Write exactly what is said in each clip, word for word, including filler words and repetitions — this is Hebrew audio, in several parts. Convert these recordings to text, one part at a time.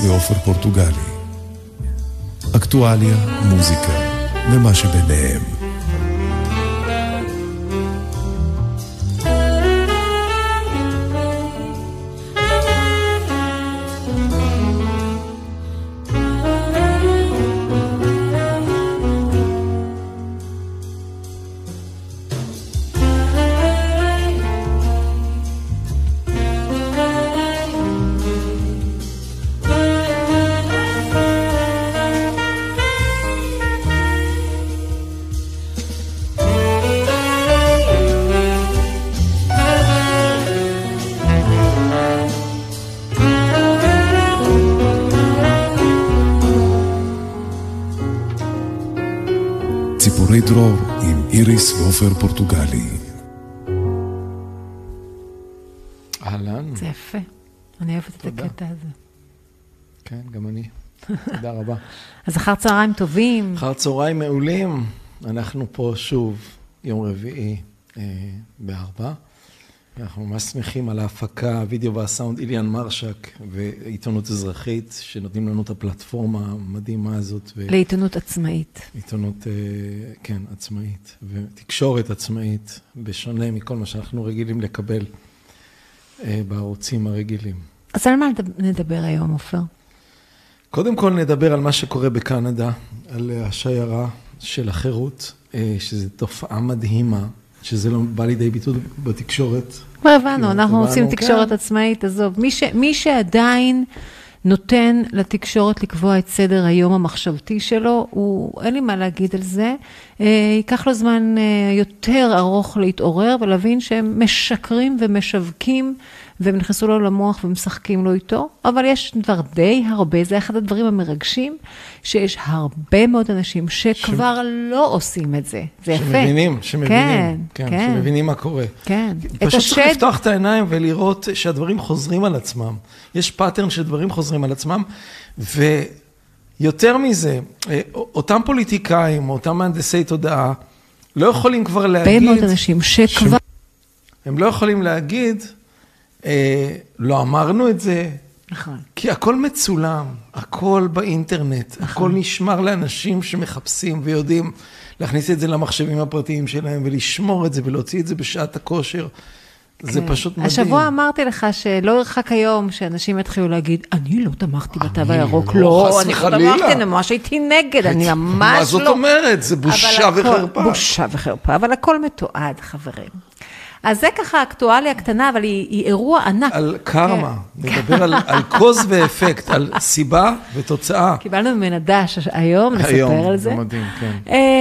ועופר פורטוגלי. אקטואליה, מוזיקה ומה שביניהם. ציפורי דרור עם איריס ועופר פורטוגלי. אהלן. זה יפה. אני אוהבת את הקטע הזה. כן, גם אני. תודה רבה. אז אחר צהריים טובים. אחר צהריים מעולים. אנחנו פה שוב יום רביעי אה, בארבע. אנחנו ממש שמחים על ההפקה, הוידאו והסאונד, איליאן מרשק ועיתונות אזרחית, שנותנים לנו את הפלטפורמה המדהימה הזאת. ו... לעיתונות עצמאית. עיתונות, כן, עצמאית, ותקשורת עצמאית, בשונה מכל מה שאנחנו רגילים לקבל בערוצים הרגילים. אז על מה נדבר היום, עופר? קודם כל נדבר על מה שקורה בקנדה, על השיירה של החירות, שזו תופעה מדהימה, שזה לא בא לידי ביטוי בתקשורת. כבר הבנו, אנחנו עושים תקשורת עצמאית, עזוב. מי שעדיין נותן לתקשורת לקבוע את סדר היום המחשבתי שלו, אין לי מה להגיד על זה, ייקח לו זמן יותר ארוך להתעורר ולהבין שהם משקרים ומשווקים, והם נכנסו לו למוח ומשחקים לו איתו, אבל יש דבר די הרבה, זה אחד הדברים המרגשים, שיש הרבה מאוד אנשים שכבר ש... לא עושים את זה. זה יפה. שמבינים, שמבינים. כן, כן, כן. שמבינים מה קורה. כן. פשוט השד... צריך לפתוח את העיניים ולראות שהדברים חוזרים על עצמם. יש פאטרן שדברים חוזרים על עצמם, ויותר מזה, אותם פוליטיקאים, אותם מהנדסי תודעה, לא יכולים כבר להגיד... הרבה מאוד אנשים שכבר... ש... הם לא יכולים להגיד... אה, לא אמרנו את זה, נכון. כי הכל מצולם, הכל באינטרנט, נכון. הכל נשמר לאנשים שמחפשים ויודעים להכניס את זה למחשבים הפרטיים שלהם ולשמור את זה ולהוציא את זה בשעת הכושר. כן. זה פשוט מדהים. השבוע אמרתי לך שלא ירחק היום שאנשים יתחילו להגיד, אני לא תמכתי בתו הירוק, לא, אני לא תמכתי, אני ממש הייתי נגד, אני ממש לא. מה זאת אומרת? זה בושה וחרפה. בושה וחרפה, אבל הכל מתועד, חברים. אז זה ככה אקטואליה קטנה, אבל היא, היא אירוע ענק. על קרמה, נדבר על, על קוז ואפקט, על סיבה ותוצאה. קיבלנו ממנה דש היום, נספר על זה. היום, זה מדהים, כן.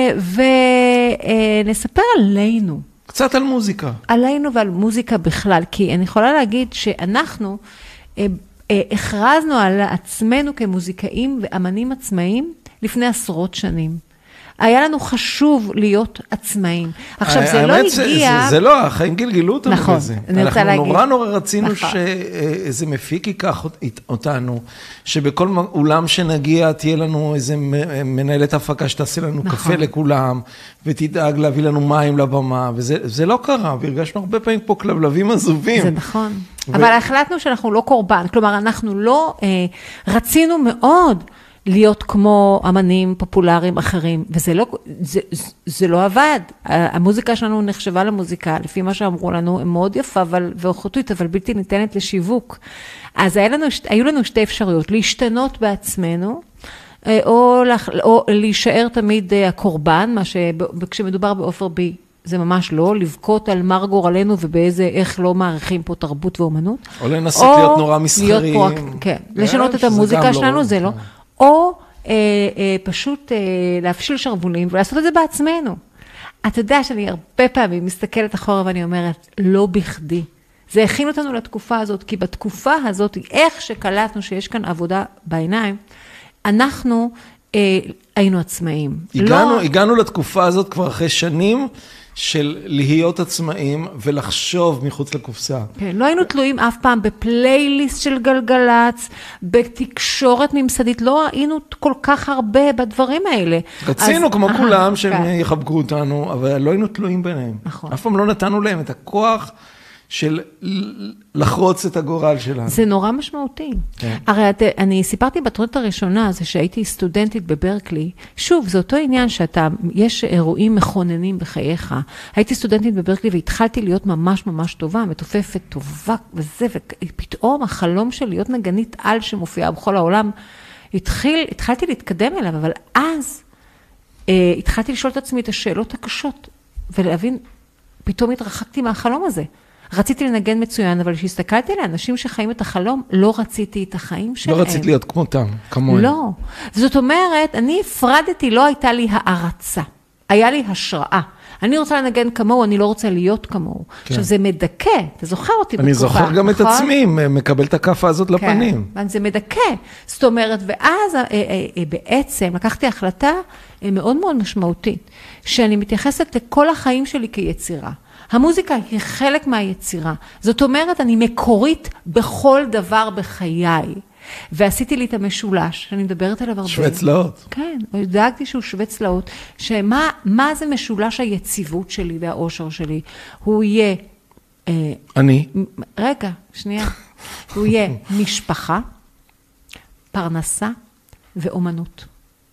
ונספר עלינו. קצת על מוזיקה. עלינו ועל מוזיקה בכלל, כי אני יכולה להגיד שאנחנו הכרזנו על עצמנו כמוזיקאים ואמנים עצמאיים לפני עשרות שנים. היה לנו חשוב להיות עצמאים. עכשיו, זה לא הגיע... זה לא, החיים גלגלו אותנו בזה. נכון, אני רוצה להגיד. אנחנו נורא נורא רצינו שאיזה מפיק ייקח אותנו, שבכל אולם שנגיע תהיה לנו איזה מנהלת הפקה שתעשה לנו קפה לכולם, ותדאג להביא לנו מים לבמה, וזה לא קרה, והרגשנו הרבה פעמים פה כלבלבים עזובים. זה נכון. אבל החלטנו שאנחנו לא קורבן, כלומר, אנחנו לא רצינו מאוד... להיות כמו אמנים פופולריים אחרים, וזה לא, זה, זה לא עבד. המוזיקה שלנו נחשבה למוזיקה, לפי מה שאמרו לנו, הם מאוד יפה ואיכותית, אבל בלתי ניתנת לשיווק. אז היה לנו, היו לנו שתי אפשרויות, להשתנות בעצמנו, או, או להישאר תמיד הקורבן, מה שכשמדובר בעופר בי, זה ממש לא, לבכות על מר גורלנו ובאיזה, איך לא מעריכים פה תרבות ואומנות. או לנסות להיות נורא מסחריים. כן, לשנות את המוזיקה שלנו, זה לא. או אה, אה, פשוט אה, להפשיל שרבולים ולעשות את זה בעצמנו. אתה יודע שאני הרבה פעמים מסתכלת אחורה ואני אומרת, לא בכדי. זה הכין אותנו לתקופה הזאת, כי בתקופה הזאת, איך שקלטנו שיש כאן עבודה בעיניים, אנחנו אה, היינו עצמאים. הגענו, לא... הגענו לתקופה הזאת כבר אחרי שנים, של להיות עצמאים ולחשוב מחוץ לקופסה. כן, לא היינו תלויים אף פעם בפלייליסט של גלגלץ, בתקשורת ממסדית, לא היינו כל כך הרבה בדברים האלה. רצינו אז, כמו אה, כולם שהם כן. יחבקו אותנו, אבל לא היינו תלויים ביניהם. נכון. אף פעם לא נתנו להם את הכוח של לחרוץ את הגורל שלנו. זה נורא משמעותי. כן. הרי את, אני סיפרתי בתוכנית הראשונה, זה שהייתי סטודנטית בברקלי, שוב, זה אותו עניין שאתה, יש אירועים מכוננים בחייך, הייתי סטודנטית בברקלי והתחלתי להיות ממש ממש טובה, מתופפת טובה וזה, ופתאום החלום של להיות נגנית על שמופיעה בכל העולם, התחיל, התחלתי להתקדם אליו, אבל אז אה, התחלתי לשאול את עצמי את השאלות הקשות, ולהבין, פתאום התרחקתי מהחלום הזה. רציתי לנגן מצוין, אבל כשהסתכלתי לאנשים שחיים את החלום, לא רציתי את החיים שלהם. לא רציתי להיות כמותם, כמוהם. לא. זאת אומרת, אני הפרדתי, לא הייתה לי הערצה. היה לי השראה. אני רוצה לנגן כמוהו, אני לא רוצה להיות כמוהו. כן. עכשיו, זה מדכא, אתה זוכר אותי בתקופה, אני זוכר גם נכון? את עצמי, מקבל את הכף הזאת לפנים. כן, זה מדכא. זאת אומרת, ואז בעצם לקחתי החלטה מאוד מאוד משמעותית, שאני מתייחסת לכל החיים שלי כיצירה. המוזיקה היא חלק מהיצירה. זאת אומרת, אני מקורית בכל דבר בחיי. ועשיתי לי את המשולש, שאני מדברת עליו הרבה. שווה צלעות. כן, דאגתי שהוא שווה צלעות. שמה, מה זה משולש היציבות שלי והאושר שלי? הוא יהיה... אני? רגע, שנייה. הוא יהיה משפחה, פרנסה ואומנות.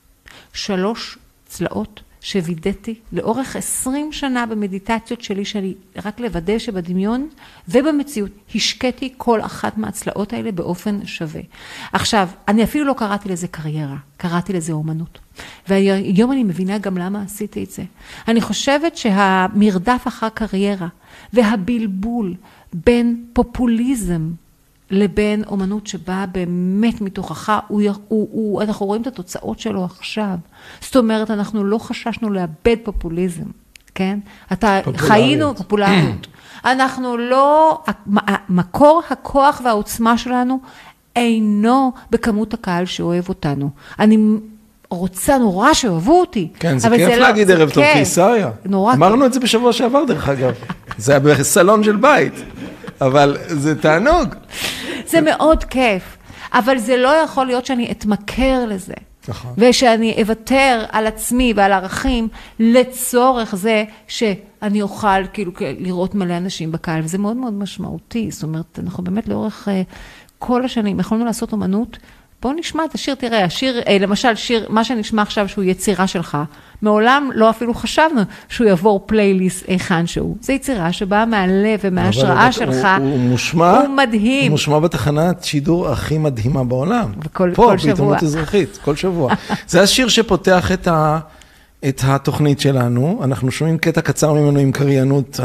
שלוש צלעות. שווידאתי לאורך עשרים שנה במדיטציות שלי, שאני רק לוודא שבדמיון ובמציאות השקעתי כל אחת מהצלעות האלה באופן שווה. עכשיו, אני אפילו לא קראתי לזה קריירה, קראתי לזה אומנות. והיום אני מבינה גם למה עשיתי את זה. אני חושבת שהמרדף אחר קריירה והבלבול בין פופוליזם לבין אומנות שבאה באמת מתוכך, הוא, הוא, הוא, אנחנו רואים את התוצאות שלו עכשיו. זאת אומרת, אנחנו לא חששנו לאבד פופוליזם, כן? אתה חיינו פופולריות. אנחנו לא, מקור הכוח והעוצמה שלנו אינו בכמות הקהל שאוהב אותנו. אני רוצה נורא שאוהבו אותי. כן, זה כיף להגיד ערב טוב קיסריה. אמרנו את זה בשבוע שעבר דרך אגב. זה היה בסלון של בית. אבל זה תענוג. זה מאוד כיף, אבל זה לא יכול להיות שאני אתמכר לזה. נכון. ושאני אוותר על עצמי ועל ערכים לצורך זה שאני אוכל כאילו לראות מלא אנשים בקהל, וזה מאוד מאוד משמעותי. זאת אומרת, אנחנו באמת לאורך כל השנים יכולנו לעשות אומנות, בואו נשמע את השיר, תראה, השיר, למשל שיר, מה שנשמע עכשיו שהוא יצירה שלך, מעולם לא אפילו חשבנו שהוא יעבור פלייליסט היכן שהוא. זו יצירה שבאה מהלב ומההשראה שלך. הוא, הוא מושמע, הוא מדהים. הוא מושמע בתחנת שידור הכי מדהימה בעולם. וכל, פה, כל שבוע. בעיתונות אזרחית, כל שבוע. זה השיר שפותח את, ה, את התוכנית שלנו. אנחנו שומעים קטע קצר ממנו עם קריינות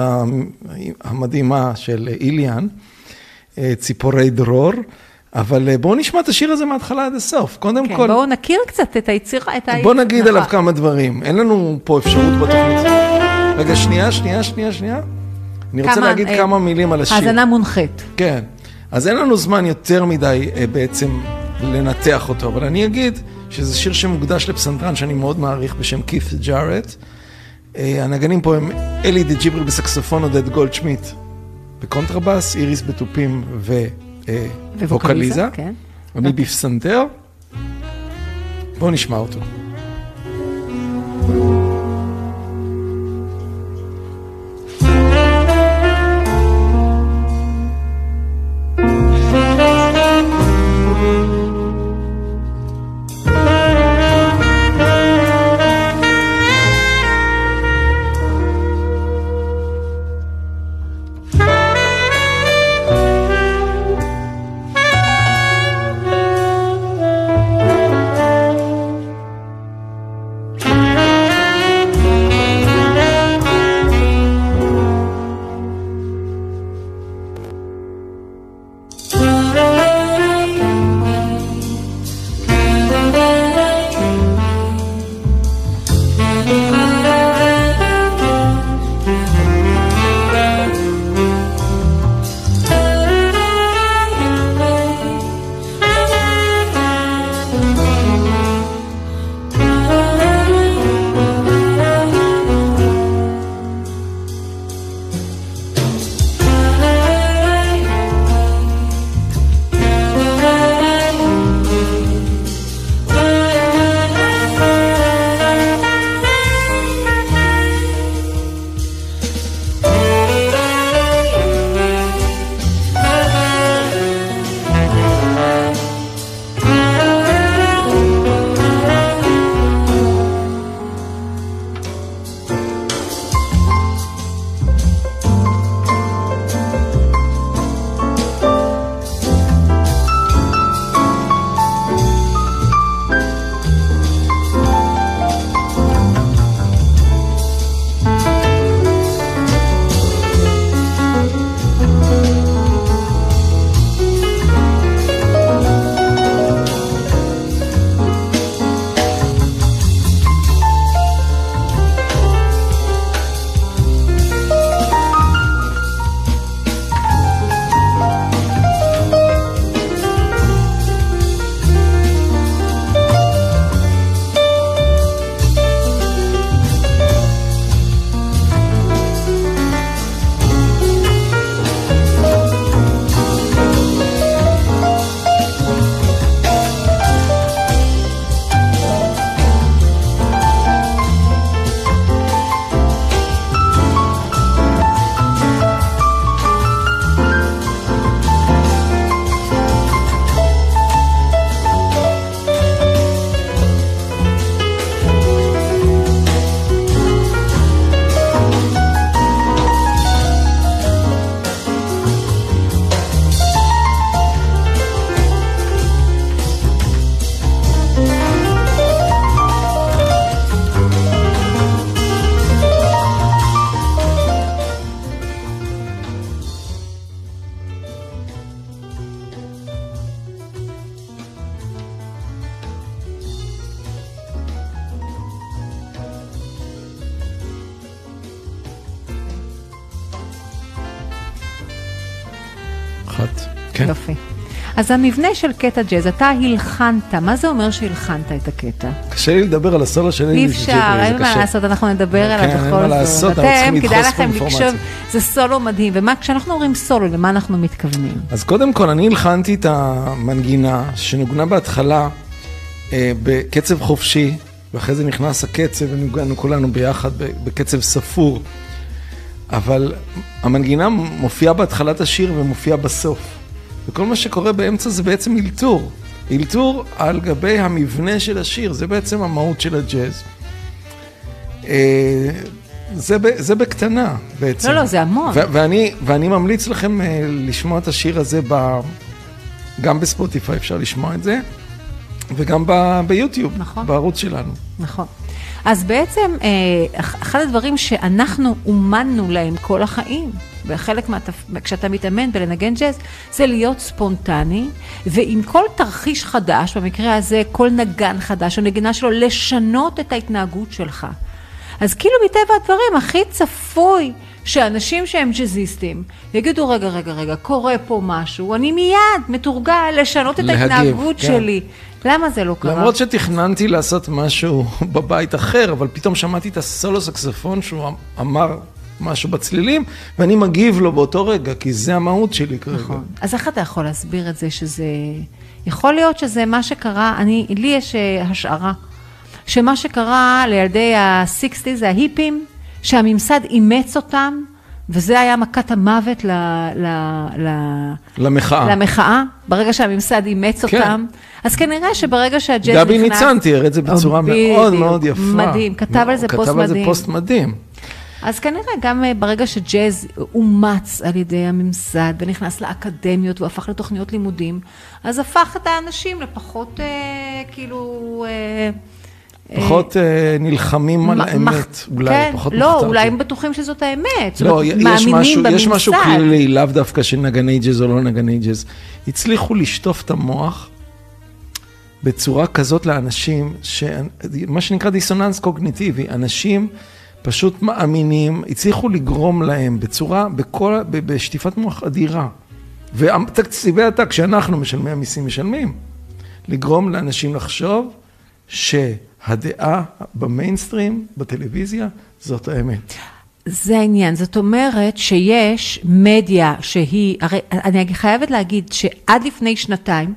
המדהימה של איליאן, ציפורי דרור. אבל בואו נשמע את השיר הזה מההתחלה עד הסוף. קודם כן, כל... בואו נכיר קצת את היצירה. בואו נגיד עליו כמה דברים. אין לנו פה אפשרות בתוכנית. רגע, שנייה, שנייה, שנייה, שנייה. אני רוצה להגיד אה, כמה מילים על השיר. האזנה מונחית. כן. אז אין לנו זמן יותר מדי אה, בעצם לנתח אותו, אבל אני אגיד שזה שיר שמוקדש לפסנתרן שאני מאוד מעריך בשם כית ג'ארט. אה, הנגנים פה הם אלי דה ג'יבריל בסקסופון, עודד גולדשמיט בקונטרבאס, איריס בתופים ו... וווקליזה, כן. אני בפסנתר. בואו נשמע אותו. אחת. כן. יופי. אז המבנה של קטע ג'אז, אתה הלחנת, מה זה אומר שהלחנת את הקטע? קשה לי לדבר על הסולו של אי אפשר, אין מה לעשות, אנחנו נדבר עליו בכל זאת. כן, אין מה לעשות, אנחנו צריכים לדחוס פה אינפורמציה. זה סולו מדהים, וכשאנחנו אומרים סולו, למה אנחנו מתכוונים? אז קודם כל, אני הלחנתי את המנגינה, שנוגנה בהתחלה בקצב חופשי, ואחרי זה נכנס הקצב, ונוגענו כולנו ביחד בקצב ספור. אבל המנגינה מופיעה בהתחלת השיר ומופיעה בסוף. וכל מה שקורה באמצע זה בעצם אילתור. אילתור על גבי המבנה של השיר, זה בעצם המהות של הג'אז. זה, זה בקטנה בעצם. לא, לא, זה המון. ו- ואני, ואני ממליץ לכם לשמוע את השיר הזה ב- גם בספוטיפיי, אפשר לשמוע את זה, וגם ב- ביוטיוב, נכון. בערוץ שלנו. נכון. אז בעצם, אחד הדברים שאנחנו אומנו להם כל החיים, וחלק מהתפ... כשאתה מתאמן בלנגן ג'אז, זה להיות ספונטני, ועם כל תרחיש חדש, במקרה הזה כל נגן חדש, או נגינה שלו, לשנות את ההתנהגות שלך. אז כאילו מטבע הדברים, הכי צפוי שאנשים שהם ג'אזיסטים, יגידו, רגע, רגע, רגע, קורה פה משהו, אני מיד מתורגל לשנות את להגיב, ההתנהגות כן. שלי. למה זה לא קרה? למרות שתכננתי לעשות משהו בבית אחר, אבל פתאום שמעתי את הסולו סקסופון שהוא אמר משהו בצלילים, ואני מגיב לו באותו רגע, כי זה המהות שלי כרגע. נכון. אז איך אתה יכול להסביר את זה שזה... יכול להיות שזה מה שקרה, אני, לי יש השערה, שמה שקרה לילדי ה-שישים, ההיפים, שהממסד אימץ אותם, וזה היה מכת המוות ל, ל, ל, למחאה. למחאה, ברגע שהממסד אימץ כן. אותם. אז כנראה שברגע שהג'אז נכנס... גבי ניצן תיאר את זה בצורה מאוד מאוד יפה. מדהים, כתב על זה פוסט מדהים. כתב על זה פוסט מדהים. אז כנראה גם ברגע שג'אז אומץ על ידי הממסד ונכנס לאקדמיות והפך לתוכניות לימודים, אז הפך את האנשים לפחות אה, כאילו... אה, פחות אה, נלחמים על האמת, אולי, כן, פחות לא, מחתרתי. אולי הם בטוחים שזאת האמת. לא, זאת, יש משהו, בממסד. יש משהו כללי, לאו דווקא של נגני ג'אז או לא נגני ג'אז. הצליחו לשטוף את המוח בצורה כזאת לאנשים, ש... מה שנקרא דיסוננס קוגניטיבי, אנשים פשוט מאמינים, הצליחו לגרום להם בצורה, בכל, בשטיפת מוח אדירה. ותקציבי עתק שאנחנו משלמי המיסים משלמים, לגרום לאנשים לחשוב שהדעה במיינסטרים, בטלוויזיה, זאת האמת. זה העניין, זאת אומרת שיש מדיה שהיא, הרי אני חייבת להגיד שעד לפני שנתיים,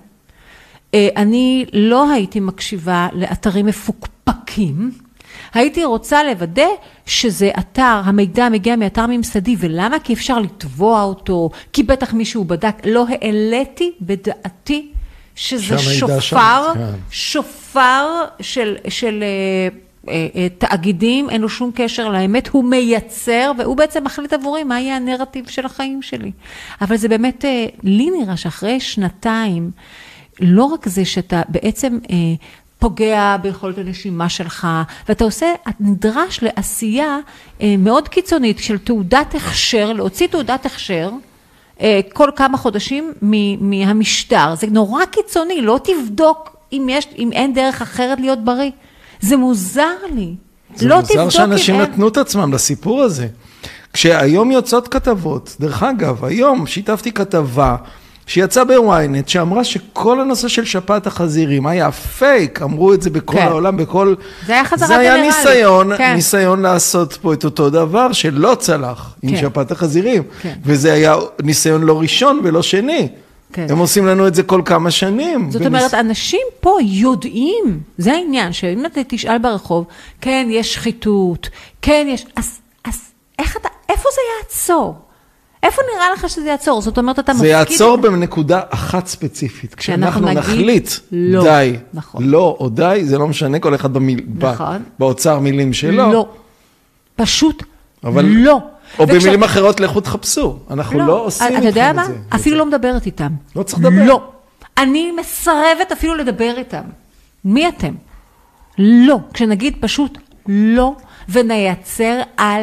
אני לא הייתי מקשיבה לאתרים מפוקפקים, הייתי רוצה לוודא שזה אתר, המידע מגיע מאתר ממסדי, ולמה? כי אפשר לתבוע אותו, כי בטח מישהו בדק, לא העליתי בדעתי שזה שופר, שם, שופר של, של אה, אה, תאגידים, אין לו שום קשר לאמת, הוא מייצר, והוא בעצם מחליט עבורי מה יהיה הנרטיב של החיים שלי. אבל זה באמת, אה, לי נראה שאחרי שנתיים, לא רק זה שאתה בעצם... אה, פוגע ביכולת הנשימה שלך, ואתה עושה, את נדרש לעשייה אה, מאוד קיצונית של תעודת הכשר, להוציא תעודת הכשר, אה, כל כמה חודשים מ- מהמשטר. זה נורא קיצוני, לא תבדוק אם, יש, אם אין דרך אחרת להיות בריא. זה מוזר לי. זה לא מוזר שאנשים נתנו את עצמם לסיפור הזה. כשהיום יוצאות כתבות, דרך אגב, היום שיתפתי כתבה, שיצא בוויינט, שאמרה שכל הנושא של שפעת החזירים היה פייק, אמרו את זה בכל כן. העולם, בכל... זה היה חזרה זה היה גנרלית. ניסיון, כן. ניסיון לעשות פה את אותו דבר, שלא צלח עם כן. שפעת החזירים. כן. וזה היה ניסיון לא ראשון ולא שני. כן. הם עושים לנו את זה כל כמה שנים. זאת וניס... אומרת, אנשים פה יודעים, זה העניין, שאם אתה תשאל ברחוב, כן, יש שחיתות, כן, יש... אז, אז איך אתה, איפה זה יעצור? איפה נראה לך שזה יעצור? זאת אומרת, אתה מפקיד... זה יעצור בנקודה אחת ספציפית. כשאנחנו נחליט, לא. די, נכון. לא או די, זה לא משנה כל אחד במיל... נכון. באוצר מילים שלו. לא. פשוט אבל... לא. או וכש... במילים אחרות, לכו תחפשו. אנחנו לא, לא עושים איתכם את זה. אתה יודע מה? אפילו לא מדברת איתם. לא צריך לדבר. לא. אני מסרבת אפילו לדבר איתם. מי אתם? לא. כשנגיד פשוט לא, ונייצר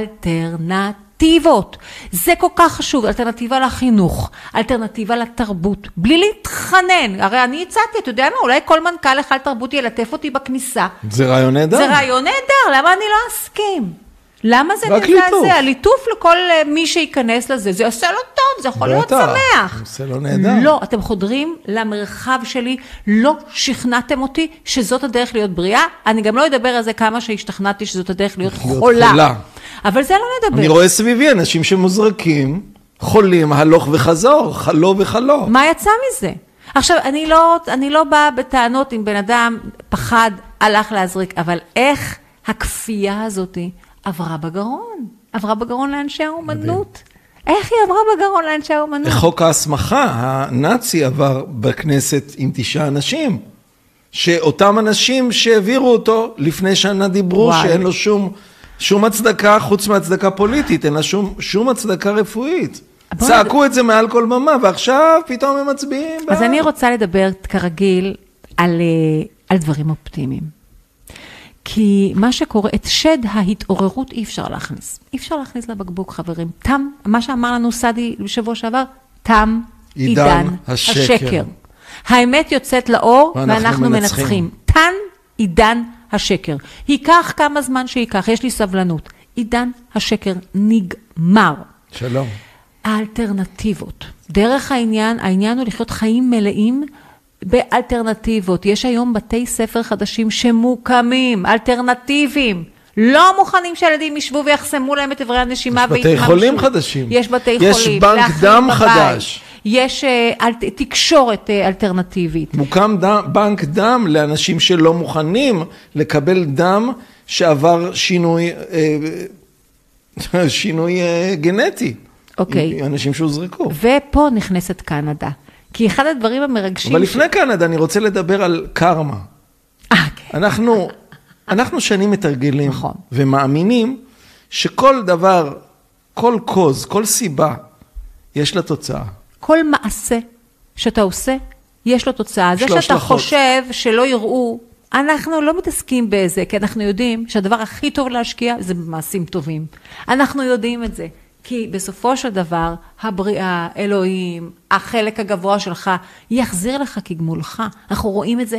אלטרנטיבות. זה כל כך חשוב, אלטרנטיבה לחינוך, אלטרנטיבה לתרבות, בלי להתחנן. הרי אני הצעתי, אתה יודע מה, אולי כל מנכ"ל אחד תרבות ילטף אותי בכניסה. זה רעיון נהדר. זה רעיון נהדר, למה אני לא אסכים? למה זה מזעזע? ליטוף לכל מי שייכנס לזה, זה עושה לו טוב, זה יכול להיות שמח. זה עושה לו נהדר. לא, אתם חודרים למרחב שלי, לא שכנעתם אותי שזאת הדרך להיות בריאה, אני גם לא אדבר על זה כמה שהשתכנעתי שזאת הדרך להיות חולה. אבל זה לא נדבר. אני רואה סביבי אנשים שמוזרקים, חולים, הלוך וחזור, חלו וחלו. מה יצא מזה? עכשיו, אני לא, אני לא באה בטענות אם בן אדם פחד, הלך להזריק, אבל איך הכפייה הזאת עברה בגרון? עברה בגרון לאנשי האומנות. איך היא עברה בגרון לאנשי האומנות? חוק ההסמכה, הנאצי עבר בכנסת עם תשעה אנשים, שאותם אנשים שהעבירו אותו לפני שנה דיברו וואי. שאין לו שום, שום הצדקה חוץ מהצדקה פוליטית, אין לה שום, שום הצדקה רפואית. צעקו את זה מעל כל במה, ועכשיו פתאום הם מצביעים. אז בה. אני רוצה לדבר כרגיל על, על דברים אופטימיים. כי מה שקורה, את שד ההתעוררות אי אפשר להכניס. אי אפשר להכניס לבקבוק, חברים. תם, מה שאמר לנו סדי בשבוע שעבר, תם עידן, עידן השקר. השקר. האמת יוצאת לאור, ואנחנו, ואנחנו מנצחים. מנצחים. תם עידן השקר. ייקח כמה זמן שייקח, יש לי סבלנות. עידן השקר נגמר. שלום. האלטרנטיבות. דרך העניין, העניין הוא לחיות חיים מלאים באלטרנטיבות. יש היום בתי ספר חדשים שמוקמים, אלטרנטיביים. לא מוכנים שהילדים ישבו ויחסמו להם את עברי הנשימה. יש בתי חולים חדשים. יש בתי יש חולים. יש בנק דם חדש. יש uh, אל, תקשורת uh, אלטרנטיבית. מוקם דם, בנק דם לאנשים שלא מוכנים לקבל דם שעבר שינוי, uh, שינוי uh, גנטי. אוקיי. אנשים שהוזרקו. ופה נכנסת קנדה. כי אחד הדברים המרגשים... אבל לפני ש... קנדה אני רוצה לדבר על קרמה. אה, כן. אנחנו, אנחנו שנים מתרגלים נכון. ומאמינים שכל דבר, כל קוז, כל סיבה, יש לה תוצאה. כל מעשה שאתה עושה, יש לו תוצאה. זה שאתה חושב שלא יראו, אנחנו לא מתעסקים בזה, כי אנחנו יודעים שהדבר הכי טוב להשקיע זה במעשים טובים. אנחנו יודעים את זה. כי בסופו של דבר, הבריאה, אלוהים, החלק הגבוה שלך, יחזיר לך כגמולך. אנחנו רואים את זה,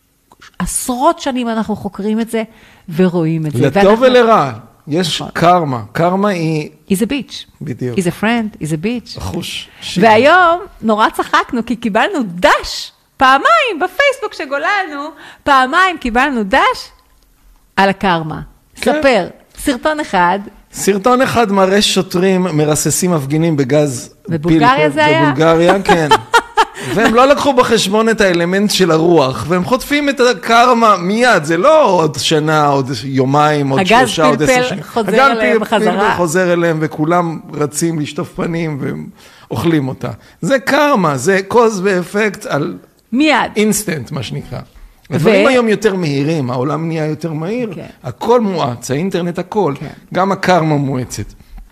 עשרות שנים אנחנו חוקרים את זה, ורואים את זה. לטוב ואנחנו... ולרע, יש קרמה. קרמה היא... is a bitch. בדיוק. is a friend, is a bitch. החוש. והיום נורא צחקנו, כי קיבלנו דש, פעמיים בפייסבוק שגוללנו, פעמיים קיבלנו דש על הקרמה. כן. ספר, סרטון אחד, סרטון אחד מראה שוטרים מרססים מפגינים בגז בבולגריה זה היה? בבולגריה, כן. והם לא לקחו בחשבון את האלמנט של הרוח, והם חוטפים את הקרמה מיד, זה לא עוד שנה, עוד יומיים, עוד שלושה, עוד עשר שנים. הגז פלפל חוזר אליהם בחזרה. הגז פלפל חוזר אליהם, וכולם רצים לשטוף פנים, והם אוכלים אותה. זה קרמה, זה קוז ואפקט על... מיד. אינסטנט, מה שנקרא. הדברים היום יותר מהירים, העולם נהיה יותר מהיר, הכל מואץ, האינטרנט הכל, גם הקרמה מואצת.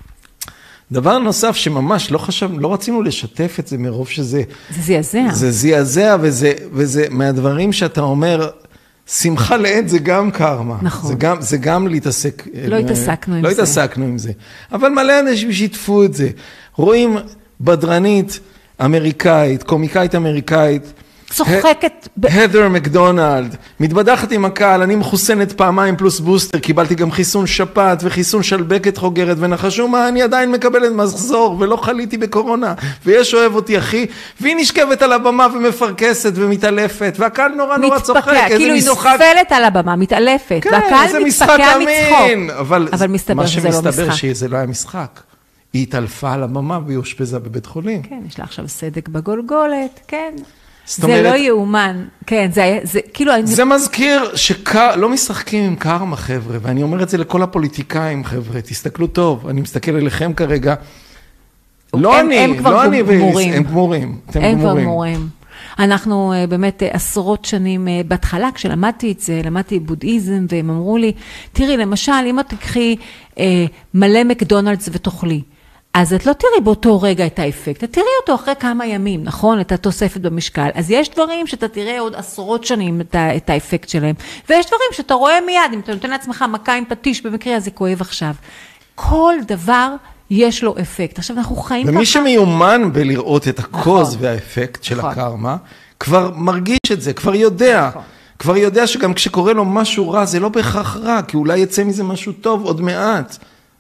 דבר נוסף שממש לא חשב, לא רצינו לשתף את זה מרוב שזה... זה זעזע. זה זעזע, וזה, וזה מהדברים שאתה אומר, שמחה לעד זה גם קרמה. נכון. זה גם, זה גם להתעסק... לא התעסקנו עם זה. לא התעסקנו עם זה. אבל מלא אנשים שיתפו את זה. רואים בדרנית אמריקאית, קומיקאית אמריקאית, צוחקת... הדר מקדונלד, מתבדחת עם הקהל, אני מחוסנת פעמיים פלוס בוסטר, קיבלתי גם חיסון שפעת וחיסון שלבקת חוגרת, ונחשו מה, אני עדיין מקבלת מחזור, ולא חליתי בקורונה, ויש אוהב אותי אחי, והיא נשכבת על הבמה ומפרקסת ומתעלפת, והקהל נורא נורא צוחק. מתפקע, כאילו היא נופלת על הבמה, מתעלפת, והקהל מתפקע מצחוק. אבל מסתבר שזה לא משחק. מה שמסתבר שזה לא היה משחק. היא התעלפה על הבמה והיא הושפזה בבית חולים. כן, יש לה עכשיו סדק בגולגולת, כן. זה אומרת, לא יאומן, כן, זה, זה כאילו... זה אני... מזכיר שלא משחקים עם קרמה, חבר'ה, ואני אומר את זה לכל הפוליטיקאים, חבר'ה, תסתכלו טוב, אני מסתכל אליכם כרגע, לא הם, אני, הם לא אני, גמורים. הם גמורים, אתם הם גמורים. כבר גמורים. אנחנו באמת עשרות שנים בהתחלה, כשלמדתי את זה, למדתי בודהיזם, והם אמרו לי, תראי, למשל, אם את תקחי אה, מלא מקדונלדס ותאכלי, אז את לא תראי באותו רגע את האפקט, את תראי אותו אחרי כמה ימים, נכון? את התוספת במשקל. אז יש דברים שאתה תראה עוד עשרות שנים את, ה- את האפקט שלהם, ויש דברים שאתה רואה מיד, אם אתה נותן לעצמך מכה עם פטיש במקרה, אז זה כואב עכשיו. כל דבר יש לו אפקט. עכשיו אנחנו חיים ומי ככה... שמיומן בלראות את הקוז נכון. והאפקט של נכון. הקרמה, כבר מרגיש את זה, כבר יודע. נכון. כבר יודע שגם כשקורה לו משהו רע, זה לא בהכרח רע, כי אולי יצא מזה משהו טוב עוד מעט.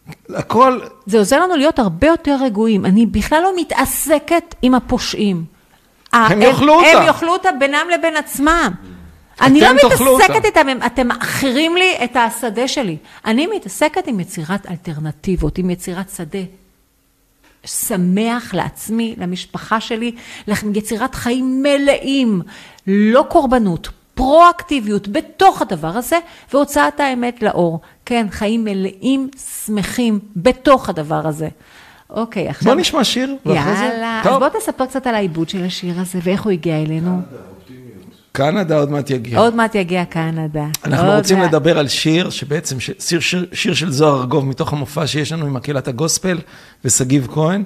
הכל... זה עוזר לנו להיות הרבה יותר רגועים. אני בכלל לא מתעסקת עם הפושעים. הם יאכלו אותה. הם יאכלו אותה בינם לבין עצמם. אני לא מתעסקת איתם, אתם מאחרים לי את השדה שלי. אני מתעסקת עם יצירת אלטרנטיבות, עם יצירת שדה. שמח לעצמי, למשפחה שלי, ליצירת חיים מלאים, לא קורבנות, פרואקטיביות בתוך הדבר הזה, והוצאת האמת לאור. כן, חיים מלאים, שמחים בתוך הדבר הזה. אוקיי, עכשיו... בוא נשמע שיר. יאללה, אז בוא תספר קצת על העיבוד של השיר הזה, ואיך הוא הגיע אלינו. קנדה עוד מעט יגיע. עוד מעט יגיע קנדה. אנחנו רוצים לדבר על שיר, שבעצם שיר, שיר, שיר של זוהר ארגוב, מתוך המופע שיש לנו עם הקהילת הגוספל, וסגיב כהן,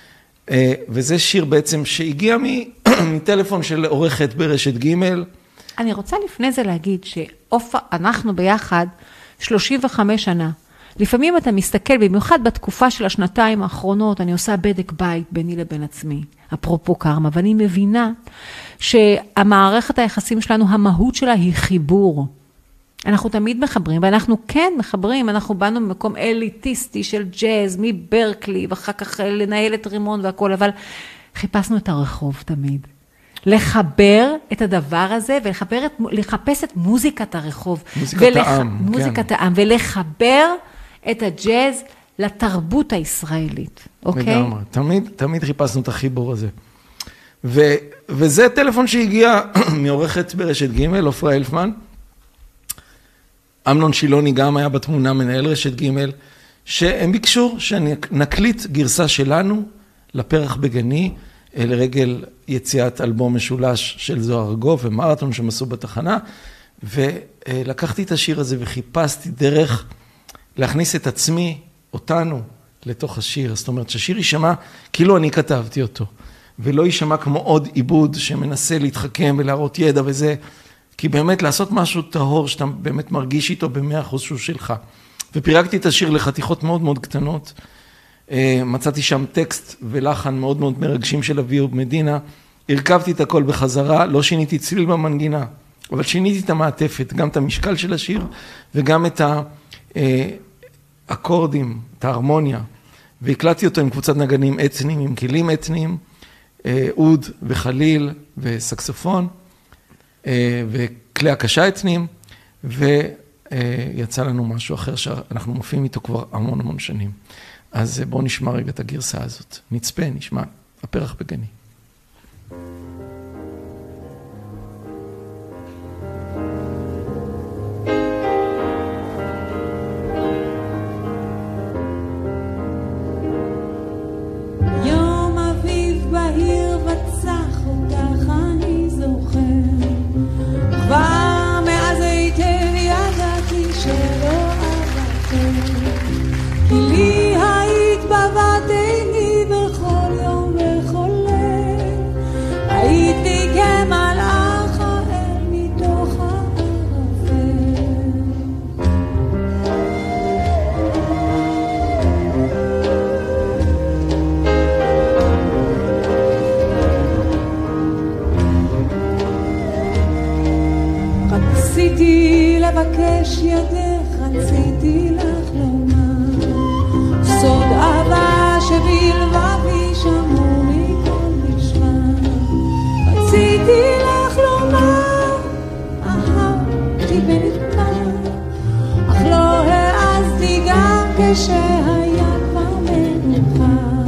וזה שיר בעצם שהגיע מטלפון של עורכת ברשת ג'. אני רוצה לפני זה להגיד שאנחנו ביחד שלושים וחמש שנה. לפעמים אתה מסתכל, במיוחד בתקופה של השנתיים האחרונות, אני עושה בדק בית ביני לבין עצמי, אפרופו קרמה, ואני מבינה שהמערכת היחסים שלנו, המהות שלה היא חיבור. אנחנו תמיד מחברים, ואנחנו כן מחברים, אנחנו באנו ממקום אליטיסטי של ג'אז, מברקלי, ואחר כך לנהל את רימון והכל, אבל חיפשנו את הרחוב תמיד. לחבר את הדבר הזה, ולחבר את, לחפש את מוזיקת הרחוב. מוזיקת ולח... העם, מוזיקת כן. העם, ולחבר את הג'אז לתרבות הישראלית, אוקיי? לגמרי, תמיד, תמיד חיפשנו את החיבור הזה. ו, וזה טלפון שהגיע מעורכת ברשת ג', עופרה אלפמן. אמנון שילוני גם היה בתמונה, מנהל רשת ג', שהם ביקשו שנקליט גרסה שלנו לפרח בגני, לרגל יציאת אלבום משולש של זוהר ארגוב ומרתון שהם עשו בתחנה, ולקחתי את השיר הזה וחיפשתי דרך להכניס את עצמי, אותנו, לתוך השיר. זאת אומרת שהשיר יישמע כאילו אני כתבתי אותו, ולא יישמע כמו עוד עיבוד שמנסה להתחכם ולהראות ידע וזה, כי באמת לעשות משהו טהור שאתה באמת מרגיש איתו במאה אחוז שהוא שלך. ופירקתי את השיר לחתיכות מאוד מאוד קטנות, מצאתי שם טקסט ולחן מאוד מאוד מרגשים של אביהו מדינה, הרכבתי את הכל בחזרה, לא שיניתי צליל במנגינה, אבל שיניתי את המעטפת, גם את המשקל של השיר וגם את האקורדים, את ההרמוניה, והקלטתי אותו עם קבוצת נגנים אתניים, עם כלים אתניים, אוד וחליל וסקסופון, וכלי הקשה אתניים, ויצא לנו משהו אחר שאנחנו מופיעים איתו כבר המון המון שנים. אז בואו נשמע רגע את הגרסה הזאת. נצפה, נשמע, הפרח בגני. יום אביב בהיר וצח אותך אני זוכר, כבר מאז היטב ידעתי שלא אוותר, כי לי היית בבת עיני בכל יום ובכל ליל, היית לי כמלאך האל מתוך הערפל. רציתי לבקש ידך, רציתי לך לומר סוד אהבה שבלבבי שמור מכל משמע. רציתי לך לומר אהבתי ונגמר, אך לא העזתי גם כשהיה כבר מאוחר.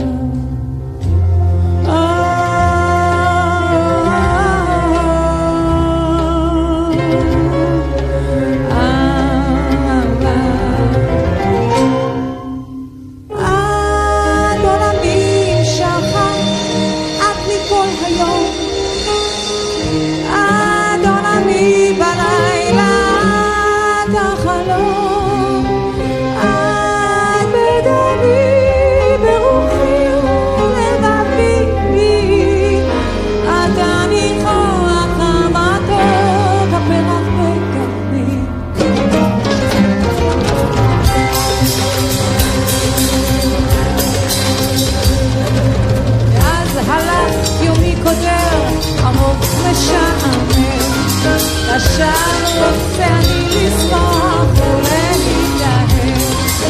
עכשיו רוצה אני לשמוח ולהתלהב,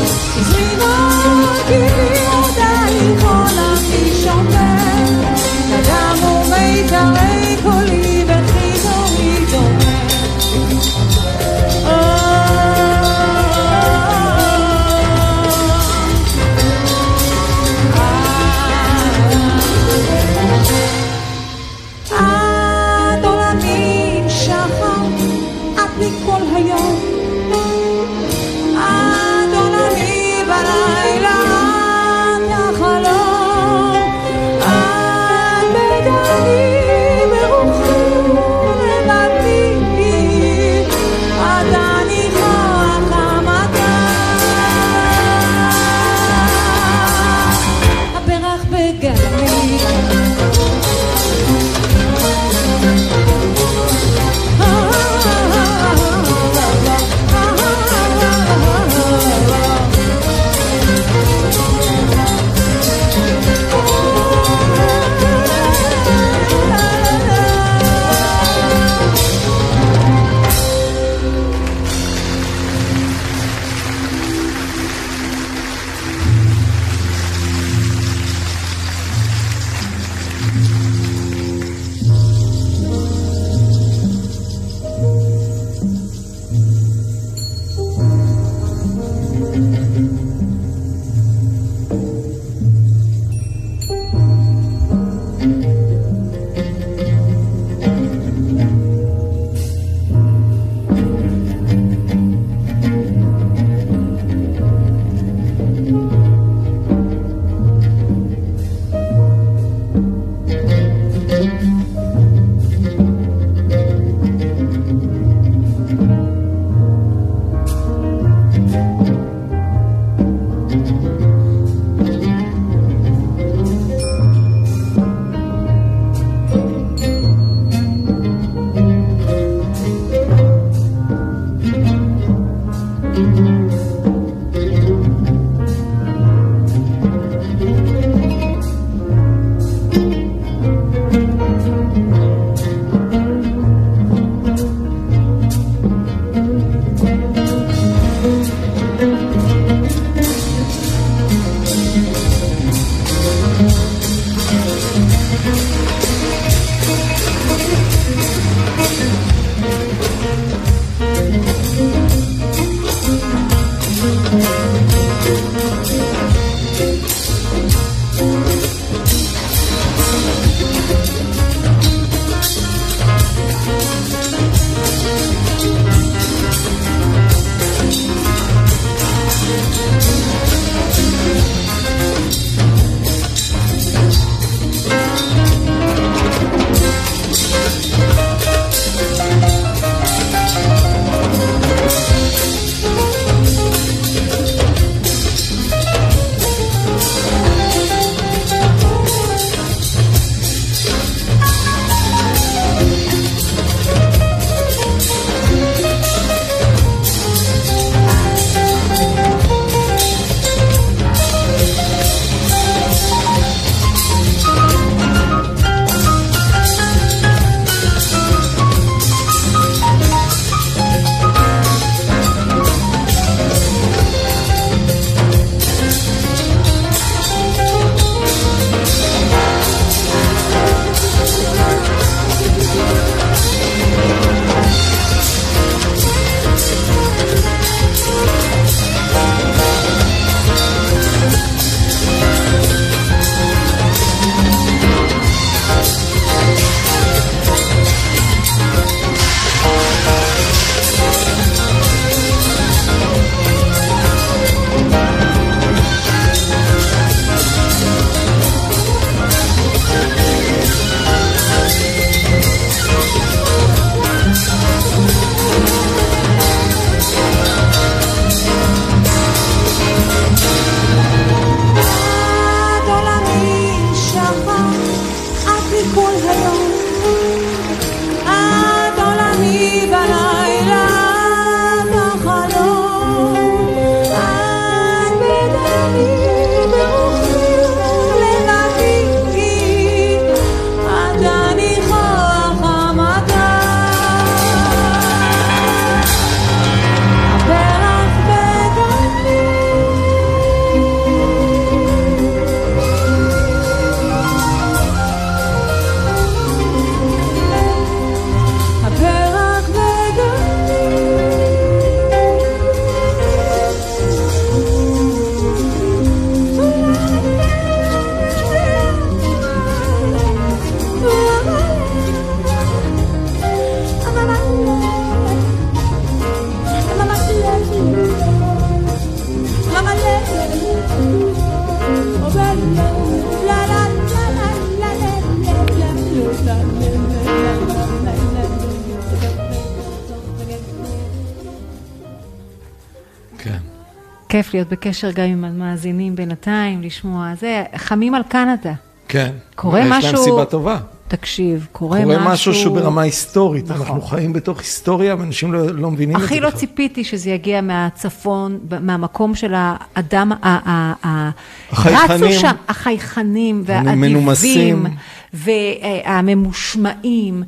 כן. כיף להיות בקשר גם עם המאזינים בינתיים, לשמוע. זה, חמים על קנדה. כן. קורה משהו... יש להם סיבה טובה. תקשיב, קורה, קורה משהו... קורה משהו שהוא ברמה היסטורית. נכון. אנחנו חיים בתוך היסטוריה, ואנשים לא, לא מבינים את זה. הכי לא ציפיתי שזה יגיע מהצפון, מהמקום של האדם, החייכנים, רצו שם, החייכנים המנומסים. והאדיבים, והממושמעים,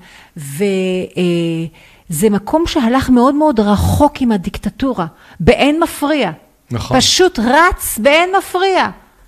וזה מקום שהלך מאוד מאוד רחוק עם הדיקטטורה, באין מפריע. נכון. פשוט רץ באין מפריע.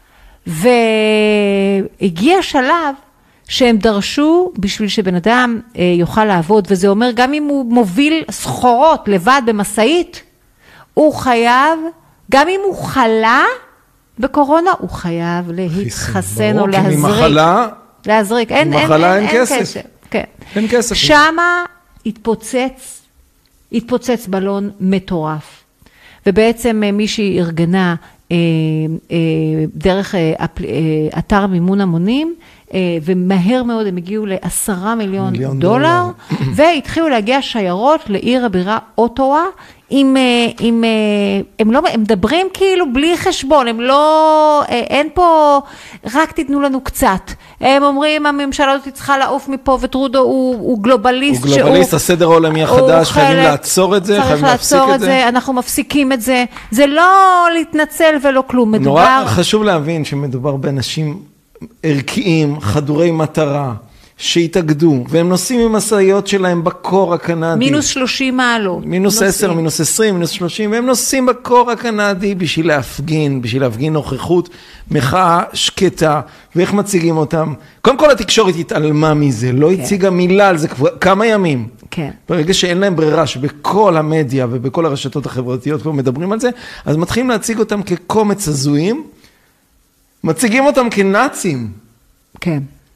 והגיע שלב, שהם דרשו בשביל שבן אדם אה, יוכל לעבוד, וזה אומר גם אם הוא מוביל סחורות לבד במסעית, הוא חייב, גם אם הוא חלה בקורונה, הוא חייב להתחסן או להזריק. ממחלה, להזריק, אין, אין, ממחלה אין, אין, אין כסף. כסף. כן. אין כסף. שמה התפוצץ, התפוצץ בלון מטורף, ובעצם אה, מישהי ארגנה אה, אה, דרך אה, אפל, אה, אתר מימון המונים, ומהר מאוד הם הגיעו לעשרה מיליון, מיליון דולר, דולר. והתחילו להגיע שיירות לעיר הבירה אוטווה, עם, עם, הם לא, הם מדברים כאילו בלי חשבון, הם לא, אין פה, רק תיתנו לנו קצת. הם אומרים, הממשלה הזאת צריכה לעוף מפה, וטרודו הוא, הוא גלובליסט. הוא גלובליסט, שהוא, הסדר העולמי החדש, חייבים חלק, לעצור את זה, חייבים להפסיק את זה. זה. אנחנו מפסיקים את זה. זה לא להתנצל ולא כלום. מדובר... נורא חשוב להבין שמדובר באנשים ערכיים, חדורי מטרה, שהתאגדו, והם נוסעים עם מסעיות שלהם בקור הקנדי. מינוס שלושים מעלות. מינוס עשר, מינוס עשרים, מינוס שלושים, והם נוסעים בקור הקנדי בשביל להפגין, בשביל להפגין נוכחות, מחאה שקטה, ואיך מציגים אותם. קודם כל התקשורת התעלמה מזה, לא כן. הציגה מילה על זה כבר כמה ימים. כן. ברגע שאין להם ברירה, שבכל המדיה ובכל הרשתות החברתיות כבר מדברים על זה, אז מתחילים להציג אותם כקומץ הזויים, מציגים אותם כנאצים. כן.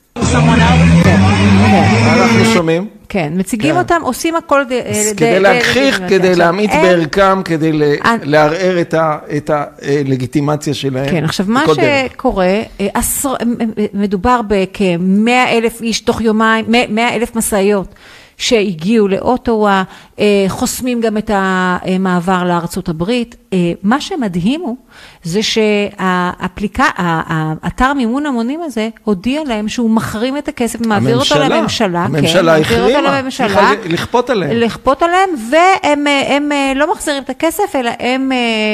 אנחנו שומעים. כן, מציגים אותם, עושים הכל כדי להכחיך, כדי להמעיט בערכם, כדי לערער את הלגיטימציה שלהם. כן, עכשיו מה שקורה, מדובר בכ-מאה אלף איש תוך יומיים, מאה אלף מסעיות שהגיעו לאוטווה, חוסמים גם את המעבר לארצות הברית. מה שמדהים הוא, זה שהאפליקה, האתר מימון המונים הזה, הודיע להם שהוא מחרים את הכסף, ומעביר אותו לממשלה. הממשלה החרימה, לכפות עליהם. לכפות עליהם, והם לא מחזירים את הכסף, אלא הם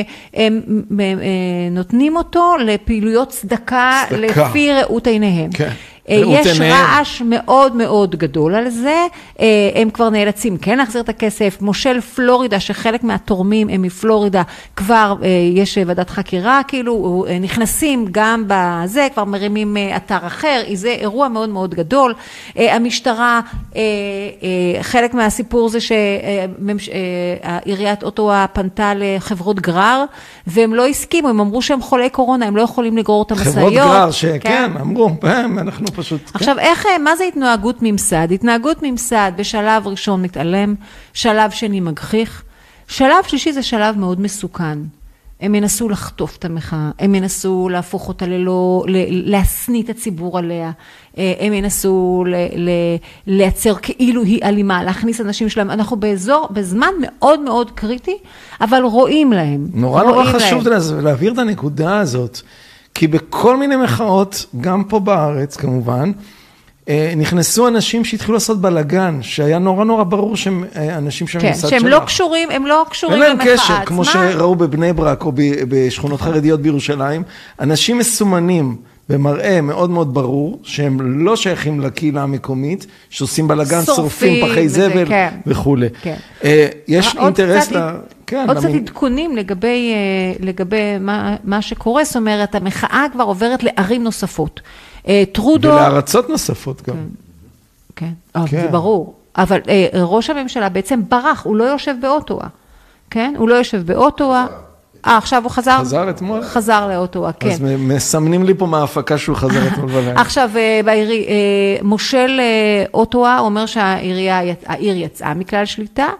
נותנים אותו לפעילויות צדקה, לפי ראות עיניהם. כן. יש רעש מאוד מאוד גדול על זה, הם כבר נאלצים כן להחזיר את הכסף, מושל פלורידה שחלק מהתורמים הם מפלורידה, כבר יש ועדת חקירה, כאילו נכנסים גם בזה, כבר מרימים אתר אחר, זה אירוע מאוד מאוד גדול, המשטרה, חלק מהסיפור זה שעיריית אוטווה פנתה לחברות גרר, והם לא הסכימו, הם אמרו שהם חולי קורונה, הם לא יכולים לגרור את המשאיות. חברות גרר שכן, אמרו, אנחנו פשוט... עכשיו, איך, מה זה התנהגות ממסד? התנהגות ממסד בשלב ראשון מתעלם, שלב שני מגחיך, שלב שלישי זה שלב מאוד מסוכן. הם ינסו לחטוף את המחאה, הם ינסו להפוך אותה ללא, להסניא את הציבור עליה, הם ינסו ל, ל, לייצר כאילו היא אלימה, להכניס אנשים שלהם. אנחנו באזור, בזמן מאוד מאוד קריטי, אבל רואים להם. נורא נורא חשוב להעביר את הנקודה הזאת, כי בכל מיני מחאות, גם פה בארץ כמובן, נכנסו אנשים שהתחילו לעשות בלגן, שהיה נורא נורא ברור שהם אנשים שם כן, שהם לא קשורים, הם לא קשורים למחאה. אין להם קשר, כמו שראו בבני ברק או בשכונות חרדיות בירושלים, אנשים מסומנים במראה מאוד מאוד ברור, שהם לא שייכים לקהילה המקומית, שעושים בלגן, שורפים פחי זבל וכו'. יש אינטרס ל... עוד קצת עדכונים לגבי, לגבי מה, מה שקורה, זאת אומרת, המחאה כבר עוברת לערים נוספות. טרודו... ולארצות נוספות גם. כן, כן. כן. זה ברור. אבל ראש הממשלה בעצם ברח, הוא לא יושב באוטווה. כן? הוא לא יושב באוטווה. אה, עכשיו הוא חזר? חזר אתמול? חזר לאוטווה, כן. אז מסמנים לי פה מההפקה שהוא חזר אתמול בלילה. עכשיו, מושל אוטווה אומר שהעיר יצאה מכלל שליטה,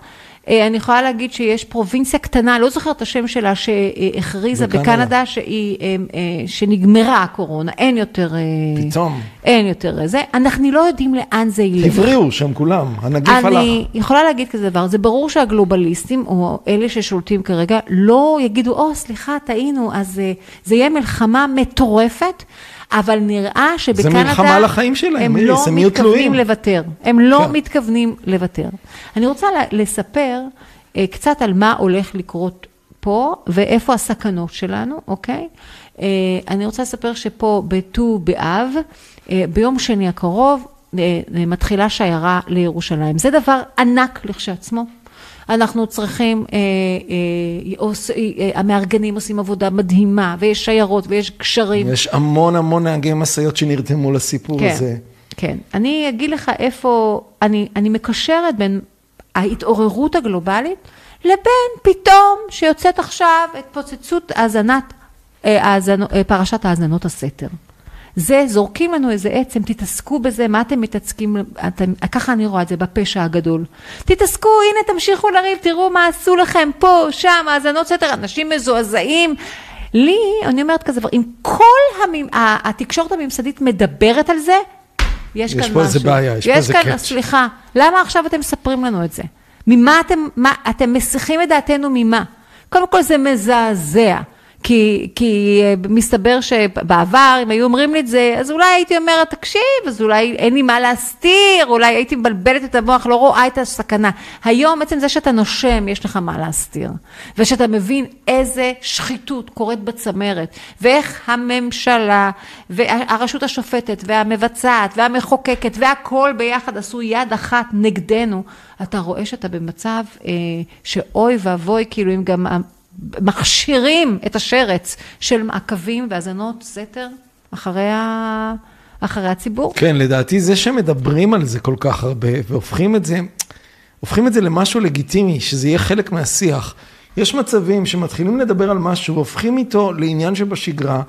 אני יכולה להגיד שיש פרובינציה קטנה, לא זוכרת את השם שלה, שהכריזה בקנדה, שהיא, שנגמרה הקורונה, אין יותר... פתאום. אין יותר זה. אנחנו לא יודעים לאן זה ילך. הבריאו שם כולם, הנגיף הלך. אני יכולה להגיד כזה דבר, זה ברור שהגלובליסטים, או אלה ששולטים כרגע, לא יגידו, או, סליחה, טעינו, אז זה יהיה מלחמה מטורפת, אבל נראה שבקנדה... זה מלחמה על החיים שלהם, הם מירי, לא הם יהיו תלויים. מתכוונים לוותר. הם לא כן. מתכוונים לוותר. אני רוצה לספר אה, קצת על מה הולך לקרות פה, ואיפה הסכנות שלנו, אוקיי? אה, אני רוצה לספר שפה בט"ו באב, אה, ביום שני הקרוב, אה, מתחילה שיירה לירושלים. זה דבר ענק לכשעצמו. אנחנו צריכים, אה, אה, עוש, אה, המארגנים עושים עבודה מדהימה, ויש שיירות ויש קשרים. יש המון המון נהגי משאיות שנרתמו לסיפור כן, הזה. כן, אני אגיד לך איפה, אני, אני מקשרת בין ההתעוררות הגלובלית, לבין פתאום שיוצאת עכשיו התפוצצות האזנת, האזנו, פרשת האזנות הסתר. זה, זורקים לנו איזה עצם, תתעסקו בזה, מה אתם מתעסקים, אתם, ככה אני רואה את זה בפשע הגדול. תתעסקו, הנה תמשיכו לריב, תראו מה עשו לכם פה, שם, האזנות סתר, אנשים מזועזעים. לי, אני אומרת כזה, אם כל המ... התקשורת הממסדית מדברת על זה, יש, יש כאן משהו. יש פה איזה בעיה, יש, יש פה איזה קאץ'. סליחה, למה עכשיו אתם מספרים לנו את זה? ממה אתם, מה, אתם מסיחים את דעתנו ממה? קודם כל זה מזעזע. כי, כי מסתבר שבעבר, אם היו אומרים לי את זה, אז אולי הייתי אומרת, תקשיב, אז אולי אין לי מה להסתיר, אולי הייתי מבלבלת את המוח, לא רואה את הסכנה. היום, עצם זה שאתה נושם, יש לך מה להסתיר. ושאתה מבין איזה שחיתות קורית בצמרת, ואיך הממשלה, והרשות השופטת, והמבצעת, והמחוקקת, והכל ביחד עשו יד אחת נגדנו. אתה רואה שאתה במצב אה, שאוי ואבוי, כאילו אם גם... מכשירים את השרץ של מעקבים והזנות סתר אחרי, ה... אחרי הציבור. כן, לדעתי זה שמדברים על זה כל כך הרבה והופכים את זה, הופכים את זה למשהו לגיטימי, שזה יהיה חלק מהשיח. יש מצבים שמתחילים לדבר על משהו והופכים איתו לעניין שבשגרה,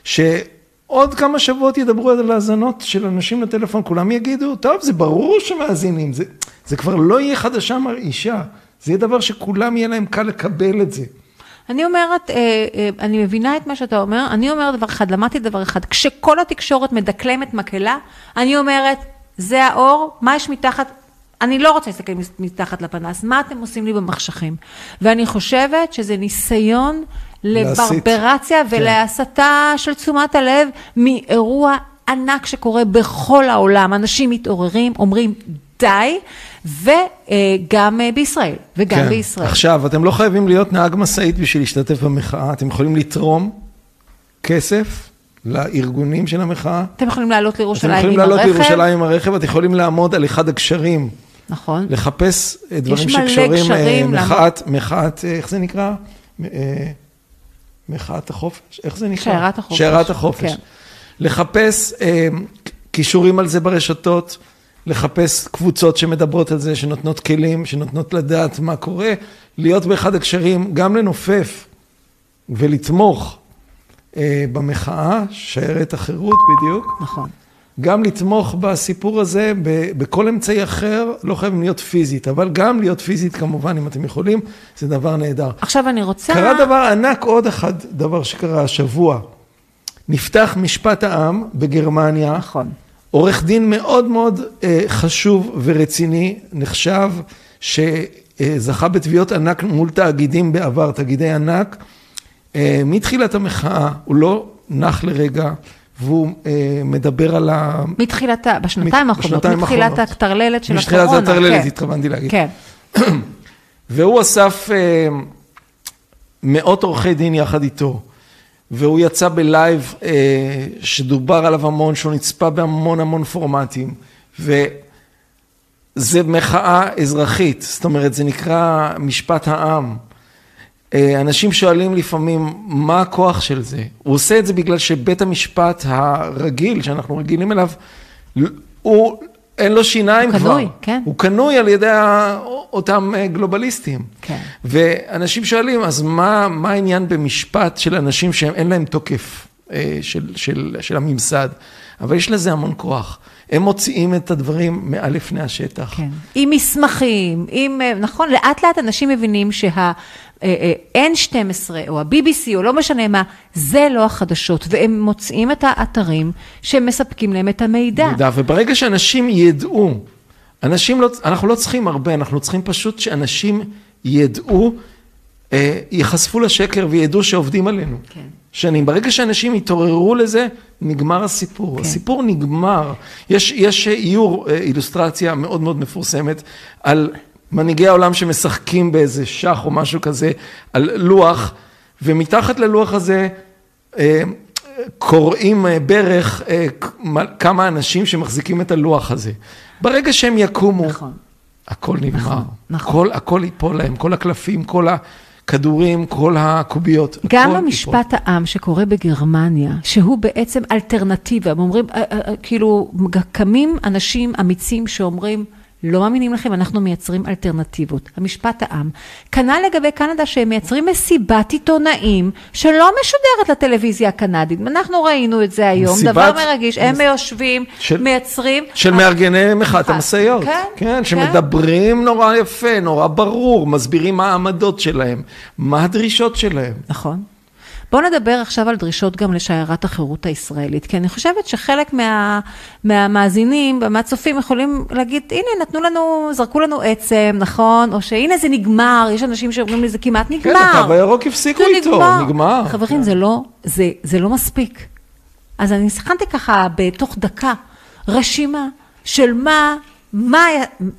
שעוד כמה שבועות ידברו על ההזנות של אנשים לטלפון, כולם יגידו, טוב, זה ברור שמאזינים, זה, זה כבר לא יהיה חדשה מרעישה, זה יהיה דבר שכולם יהיה להם קל לקבל את זה. אני אומרת, אני מבינה את מה שאתה אומר, אני אומרת דבר אחד, למדתי דבר אחד, כשכל התקשורת מדקלמת מקהלה, אני אומרת, זה האור, מה יש מתחת, אני לא רוצה להסתכל מתחת לפנס, מה אתם עושים לי במחשכים? ואני חושבת שזה ניסיון לברברציה ולהסתה של תשומת הלב מאירוע ענק שקורה בכל העולם, אנשים מתעוררים, אומרים די, וגם בישראל, וגם כן. בישראל. עכשיו, אתם לא חייבים להיות נהג משאית בשביל להשתתף במחאה, אתם יכולים לתרום כסף לארגונים של המחאה. אתם יכולים לעלות לירושלים עם הרכב. אתם יכולים לעלות לירושלים עם הרכב, אתם יכולים לעמוד על אחד הגשרים. נכון. לחפש דברים שקשרים, מחאת, מחאת, איך זה נקרא? מחאת החופש, איך זה נקרא? שיירת החופש. שיירת החופש. כן. לחפש קישורים על זה ברשתות, לחפש קבוצות שמדברות על זה, שנותנות כלים, שנותנות לדעת מה קורה, להיות באחד הקשרים, גם לנופף ולתמוך אה, במחאה, שיירת החירות בדיוק. נכון. גם לתמוך בסיפור הזה, ב, בכל אמצעי אחר, לא חייבים להיות פיזית, אבל גם להיות פיזית כמובן, אם אתם יכולים, זה דבר נהדר. עכשיו אני רוצה... קרה דבר ענק, עוד אחד, דבר שקרה השבוע. נפתח משפט העם בגרמניה. נכון. עורך דין מאוד מאוד חשוב ורציני, נחשב שזכה בתביעות ענק מול תאגידים בעבר, תאגידי ענק. מתחילת המחאה, הוא לא נח לרגע, והוא מדבר על ה... מתחילת, בשנתיים האחרונות, מתחילת הטרללת של הקורונה. מתחילת הטרללת, התכוונתי להגיד. כן. והוא אסף מאות עורכי דין יחד איתו. והוא יצא בלייב אה, שדובר עליו המון, שהוא נצפה בהמון המון פורמטים, וזה מחאה אזרחית, זאת אומרת, זה נקרא משפט העם. אה, אנשים שואלים לפעמים, מה הכוח של זה? הוא עושה את זה בגלל שבית המשפט הרגיל, שאנחנו רגילים אליו, הוא... אין לו שיניים כבר. הוא קנוי, כן. הוא קנוי על ידי אותם גלובליסטים. כן. ואנשים שואלים, אז מה, מה העניין במשפט של אנשים שאין להם תוקף של, של, של הממסד? אבל יש לזה המון כוח. הם מוציאים את הדברים מעל לפני השטח. כן. עם מסמכים, עם, נכון, לאט לאט אנשים מבינים שה... אן שתים עשרה או ה-בי בי סי או לא משנה מה, זה לא החדשות, והם מוצאים את האתרים שמספקים להם את המידע. מידע, וברגע שאנשים ידעו, אנשים לא, אנחנו לא צריכים הרבה, אנחנו צריכים פשוט שאנשים ידעו, אה, יחשפו לשקר וידעו שעובדים עלינו. כן. שנים, ברגע שאנשים יתעוררו לזה, נגמר הסיפור. כן. הסיפור נגמר. יש, יש איור, אילוסטרציה מאוד מאוד מפורסמת על מנהיגי העולם שמשחקים באיזה שח או משהו כזה, על לוח, ומתחת ללוח הזה אה, קוראים ברך אה, כמה אנשים שמחזיקים את הלוח הזה. ברגע שהם יקומו, נכון. הכל נגמר. נכון, נכון. כל, הכל ייפול להם, כל הקלפים, כל הכדורים, כל הקוביות. גם המשפט ייפול. העם שקורה בגרמניה, שהוא בעצם אלטרנטיבה, הם אומרים, כאילו, קמים אנשים אמיצים שאומרים, לא מאמינים לכם, אנחנו מייצרים אלטרנטיבות. המשפט העם. כנ"ל לגבי קנדה שהם מייצרים מסיבת עיתונאים שלא משודרת לטלוויזיה הקנדית. אנחנו ראינו את זה היום, מסיבת... דבר מרגיש. הם יושבים, של... מייצרים... של מארגני מחאת המשאיות. כן, כן, שמדברים כן. נורא יפה, נורא ברור, מסבירים מה העמדות שלהם, מה הדרישות שלהם. נכון. בואו נדבר עכשיו על דרישות גם לשיירת החירות הישראלית, כי אני חושבת שחלק מה, מהמאזינים, מהצופים יכולים להגיד, הנה נתנו לנו, זרקו לנו עצם, נכון? או שהנה זה נגמר, יש אנשים שאומרים לי זה כמעט נגמר. כן, הקו הירוק הפסיקו איתו, נגמר. נגמר. חברים, זה לא, זה, זה לא מספיק. אז אני סכנתי ככה בתוך דקה, רשימה של מה, מה,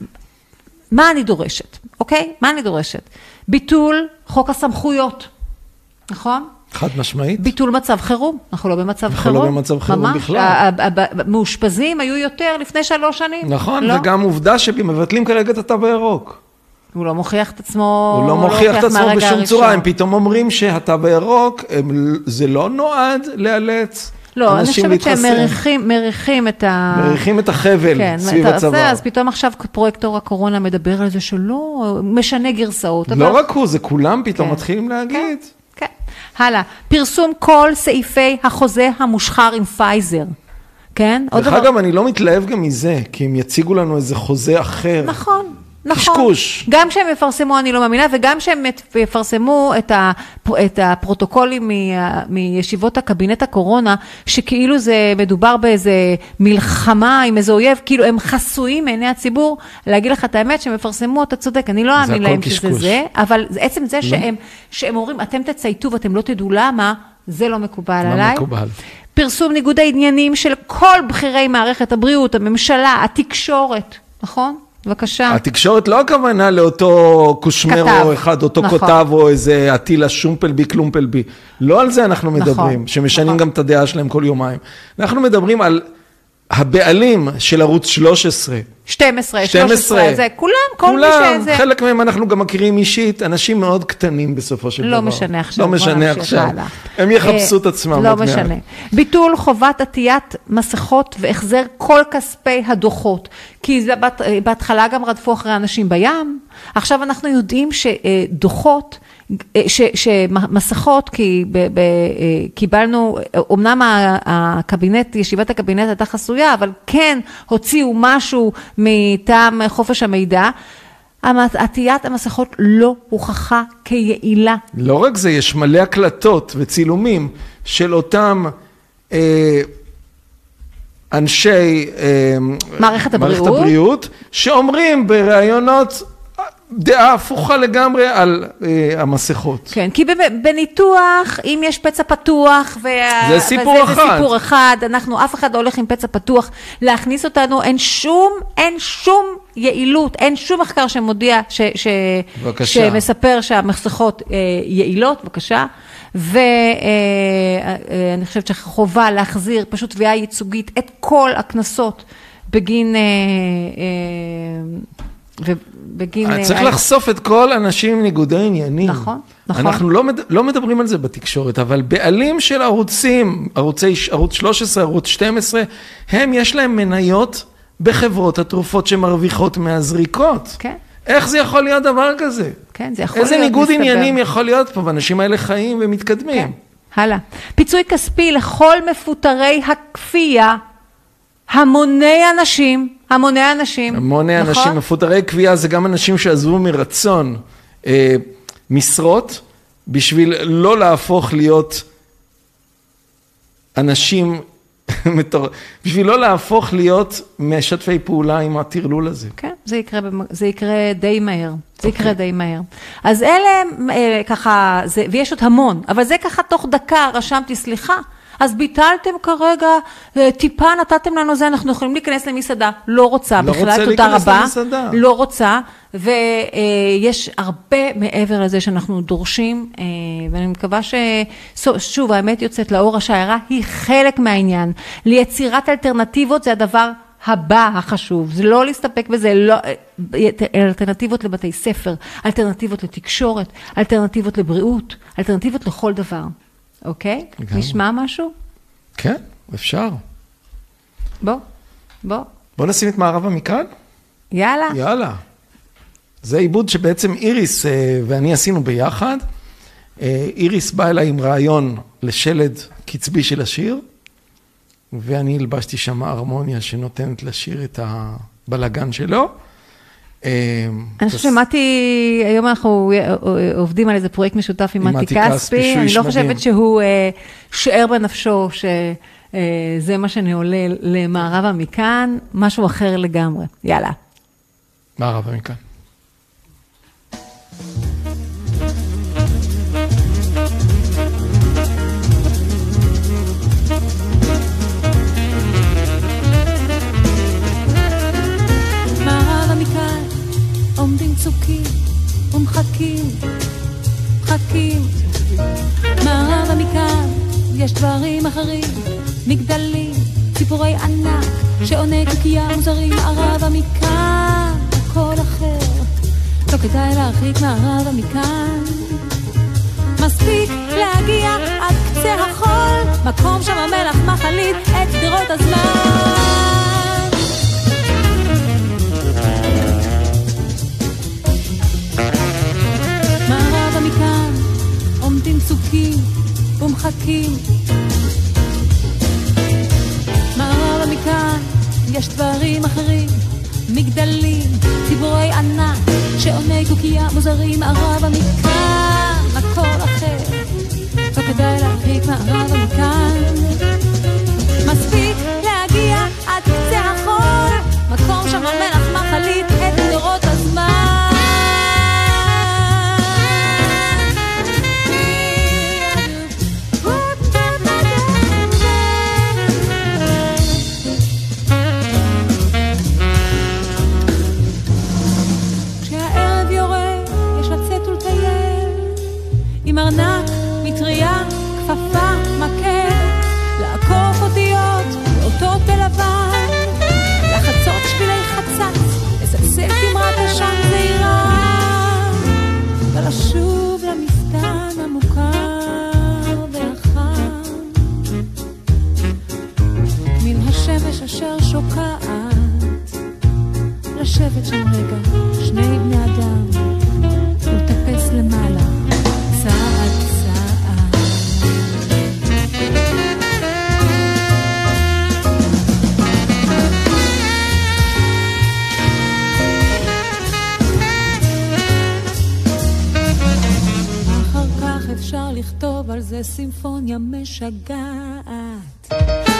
מה אני דורשת, אוקיי? מה אני דורשת? ביטול חוק הסמכויות, נכון? חד משמעית. ביטול מצב חירום. אנחנו לא במצב חירום. אנחנו לא במצב חירום בכלל. המאושפזים היו יותר לפני שלוש שנים. נכון, וגם עובדה שמבטלים כרגע את התו הירוק. הוא לא מוכיח את עצמו. הוא לא מוכיח את עצמו בשום צורה. הם פתאום אומרים שהתו הירוק, זה לא נועד לאלץ. לא, אני חושבת שהם מריחים, מריחים את ה... מריחים את החבל סביב הצבא. אז פתאום עכשיו פרויקטור הקורונה מדבר על זה שלא, משנה גרסאות. לא רק הוא, זה כולם פתאום מתחילים להגיד. כן. הלאה, פרסום כל סעיפי החוזה המושחר עם פייזר, כן? דרך אגב, אני לא מתלהב גם מזה, כי הם יציגו לנו איזה חוזה אחר. נכון, נכון. קשקוש. גם כשהם יפרסמו, אני לא מאמינה, וגם כשהם יפרסמו את, את הפרוטוקולים מישיבות הקבינט הקורונה, שכאילו זה מדובר באיזה מלחמה עם איזה אויב, כאילו הם חסויים מעיני הציבור, להגיד לך את האמת, שהם יפרסמו, אתה צודק, אני לא אאמין להם שזה זה, אבל עצם זה שהם, שהם אומרים, אתם תצייתו ואתם לא תדעו למה, זה לא מקובל לא עליי. מקובל. פרסום ניגוד העניינים של כל בכירי מערכת הבריאות, הממשלה, התקשורת, נכון? בבקשה. התקשורת לא הכוונה לאותו קושמרו אחד, אותו נכון. כותב או איזה עטילה שומפלבי, קלומפלבי. לא על זה אנחנו מדברים, נכון. שמשנים נכון. גם את הדעה שלהם כל יומיים. אנחנו מדברים על הבעלים של ערוץ שלוש עשרה. שתים עשרה, שלוש עשרה, זה כולם, כל כולם, מי שזה. חלק מהם אנחנו גם מכירים אישית, אנשים מאוד קטנים בסופו של לא דבר. משנה עכשיו. לא משנה עכשיו. הם יחפשו את עצמם. לא משנה. ביטול חובת עטיית מסכות והחזר כל כספי הדוחות. כי זה בהתחלה גם רדפו אחרי אנשים בים. עכשיו אנחנו יודעים שדוחות, שמסכות, כי קיבלנו, אמנם הקבינט, ישיבת הקבינט הייתה חסויה, אבל כן הוציאו משהו מטעם חופש המידע, עטיית המסכות לא הוכחה כיעילה. לא רק זה, יש מלא הקלטות וצילומים של אותם אה, אנשי אה, מערכת הבריאות. מערכת הבריאות, שאומרים בראיונות דעה הפוכה לגמרי על אה, המסכות. כן, כי בניתוח, אם יש פצע פתוח, וה... זה סיפור וזה, אחד. זה סיפור אחד, אנחנו, אף אחד לא הולך עם פצע פתוח, להכניס אותנו, אין שום, אין שום יעילות, אין שום מחקר שמודיע, ש, ש, שמספר שהמסכות אה, יעילות, בבקשה, ואני אה, חושבת שחובה להחזיר פשוט תביעה ייצוגית את כל הכנסות בגין... אה, אה, ובגין... צריך לחשוף את כל אנשים עם ניגודי עניינים. נכון, נכון. אנחנו לא, מד... לא מדברים על זה בתקשורת, אבל בעלים של ערוצים, ערוצי, ערוץ שלוש עשרה, ערוץ שתים עשרה, הם יש להם מניות בחברות התרופות שמרוויחות מהזריקות. כן. איך זה יכול להיות דבר כזה? כן, זה יכול איזה להיות ניגוד מסתבר. עניינים יכול להיות פה, ואנשים האלה חיים ומתקדמים. כן. הלאה. פיצוי כספי לכל מפוטרי הכפייה, המוני אנשים, המוני אנשים, המוני נכון? אנשים, מפוטרי קביעה זה גם אנשים שעזבו מרצון אה, משרות, בשביל לא להפוך להיות אנשים, בשביל לא להפוך להיות משתפי פעולה עם הטרלול הזה. כן, זה יקרה, זה יקרה די מהר, זה יקרה די מהר. אז אלה ככה, זה, ויש עוד המון, אבל זה ככה תוך דקה רשמתי, סליחה, אז ביטלתם כרגע, טיפה נתתם לנו זה, אנחנו יכולים להיכנס למסעדה, לא רוצה לא בכלל, רוצה תודה רבה, למסעדה. לא רוצה, ויש הרבה מעבר לזה שאנחנו דורשים, ואני מקווה ששוב, האמת יוצאת לאור, השיירה היא חלק מהעניין, ליצירת אלטרנטיבות זה הדבר הבא החשוב, זה לא להסתפק בזה, לא, אלטרנטיבות לבתי ספר, אלטרנטיבות לתקשורת, אלטרנטיבות לבריאות, אלטרנטיבות לכל דבר. אוקיי? נשמע משהו? כן, אפשר. בוא, בוא. בוא נשים את מערב המכאן. יאללה. יאללה. זה עיבוד שבעצם איריס ואני עשינו ביחד. איריס בא אליי עם רעיון לשלד קצבי של השיר, ואני הלבשתי שם הרמוניה שנותנת לשיר את הבלגן שלו. אני שמעתי, היום אנחנו עובדים על איזה פרויקט משותף עם מתי כספי, אני לא חושבת שהוא שער בנפשו שזה מה שאני עולה למערב המכאן, משהו אחר לגמרי. יאללה. מערב המכאן. עומדים צוקים ומחכים, מחכים. מערבה מכאן יש דברים אחרים, מגדלים, ציפורי ענק, שעוני קוקייה מוזרים. מערבה מכאן הכל אחר, לא כדאי להרחיק מערבה מכאן. מספיק להגיע עד קצה החול, מקום שם המלח מחליט את שדרות הזמן. מערבה מכאן עומדים צוקים ומחכים. מערבה מכאן יש דברים אחרים, מגדלים, ציבורי ענק, שעוני קוקייה מוזרים. מערבה מכאן הכל אחר, לא כדאי להרחיק מערבה מכאן. מספיק להגיע עד קצה החול, מקום שם המלח מחליט את דורות הזמן. עם ארנק, מטריה, כפפה, מקל, לעקוף אותיות באותות בלבן, לחצות שבילי חצץ, לסלסל כמרת השם זהירה, ולשוב למפתן המוכר והחם, מן השמש אשר שוקעת, לשבת שם רגע, שני בני אדם, ולטפס למעלה. אפשר לכתוב על זה סימפוניה משגעת.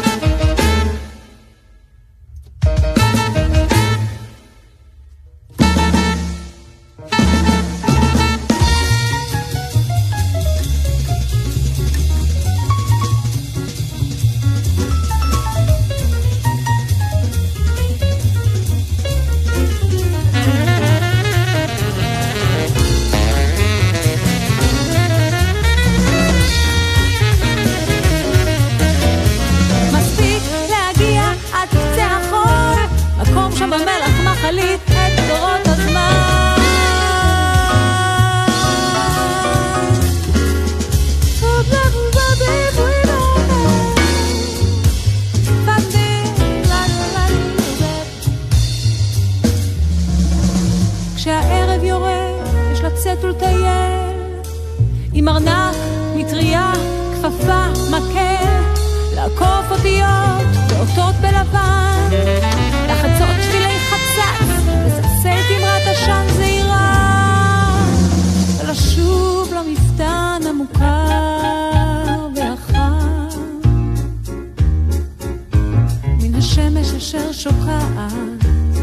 עם ארנק, מטריה, כפפה, מקל, לעקוף אותיות ואותות בלבן, לחצות שבילי חצץ, לצלצל תמרת עשן זהירה, ולשוב למפתן המוכר והחם, מן השמש אשר שוקעת,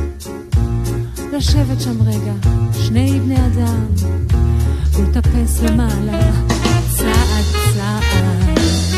לשבת שם רגע, שני בני אדם, ולטפס למעלה, צעד צעד.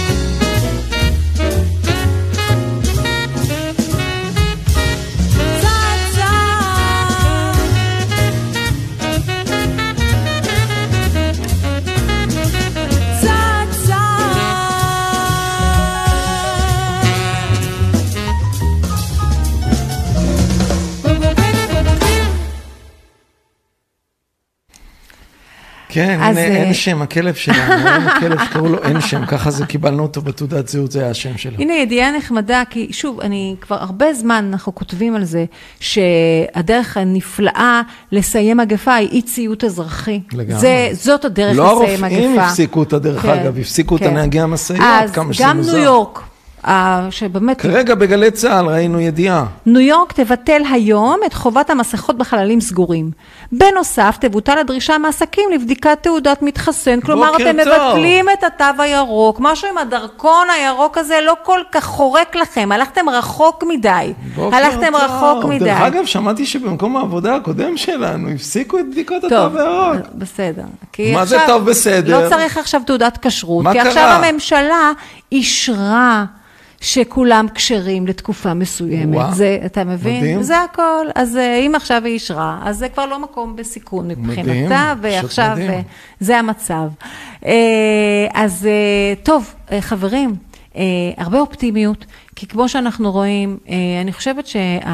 כן, הנה אין שם, הכלב שלנו, אין הכלב שקראו לו אין שם, ככה זה קיבלנו אותו בתעודת זהות, זה היה השם שלו. הנה ידיעה נחמדה, כי שוב, אני כבר הרבה זמן אנחנו כותבים על זה, שהדרך הנפלאה לסיים מגפה היא אי ציות אזרחי. לגמרי. זאת הדרך לא לסיים מגפה. לא הרופאים הפסיקו את הדרך כן, אגב, הפסיקו כן. את הנהגי המשאיות, כמה שזה גם מוזר. ניו יורק. שבאמת... כרגע בגלי צהל ראינו ידיעה. ניו יורק תבטל היום את חובת המסכות בחללים סגורים. בנוסף, תבוטל הדרישה מעסקים לבדיקת תעודת מתחסן. כלומר, אתם מבטלים את התו הירוק. משהו עם הדרכון הירוק הזה לא כל כך חורק לכם. הלכתם רחוק מדי. הלכתם רחוק מדי. דרך אגב, שמעתי שבמקום העבודה הקודם שלנו, הפסיקו את בדיקות התו הירוק. בסדר. מה זה טוב בסדר? לא צריך עכשיו תעודת כשרות. כי עכשיו הממשלה אישרה שכולם קשרים לתקופה מסוימת. זה, אתה מבין? מדהים. זה הכל. אז אם עכשיו היא ישרה, אז זה כבר לא מקום בסיכון מבחינתה, ועכשיו זה המצב. אז טוב, חברים, הרבה אופטימיות, כי כמו שאנחנו רואים, אני חושבת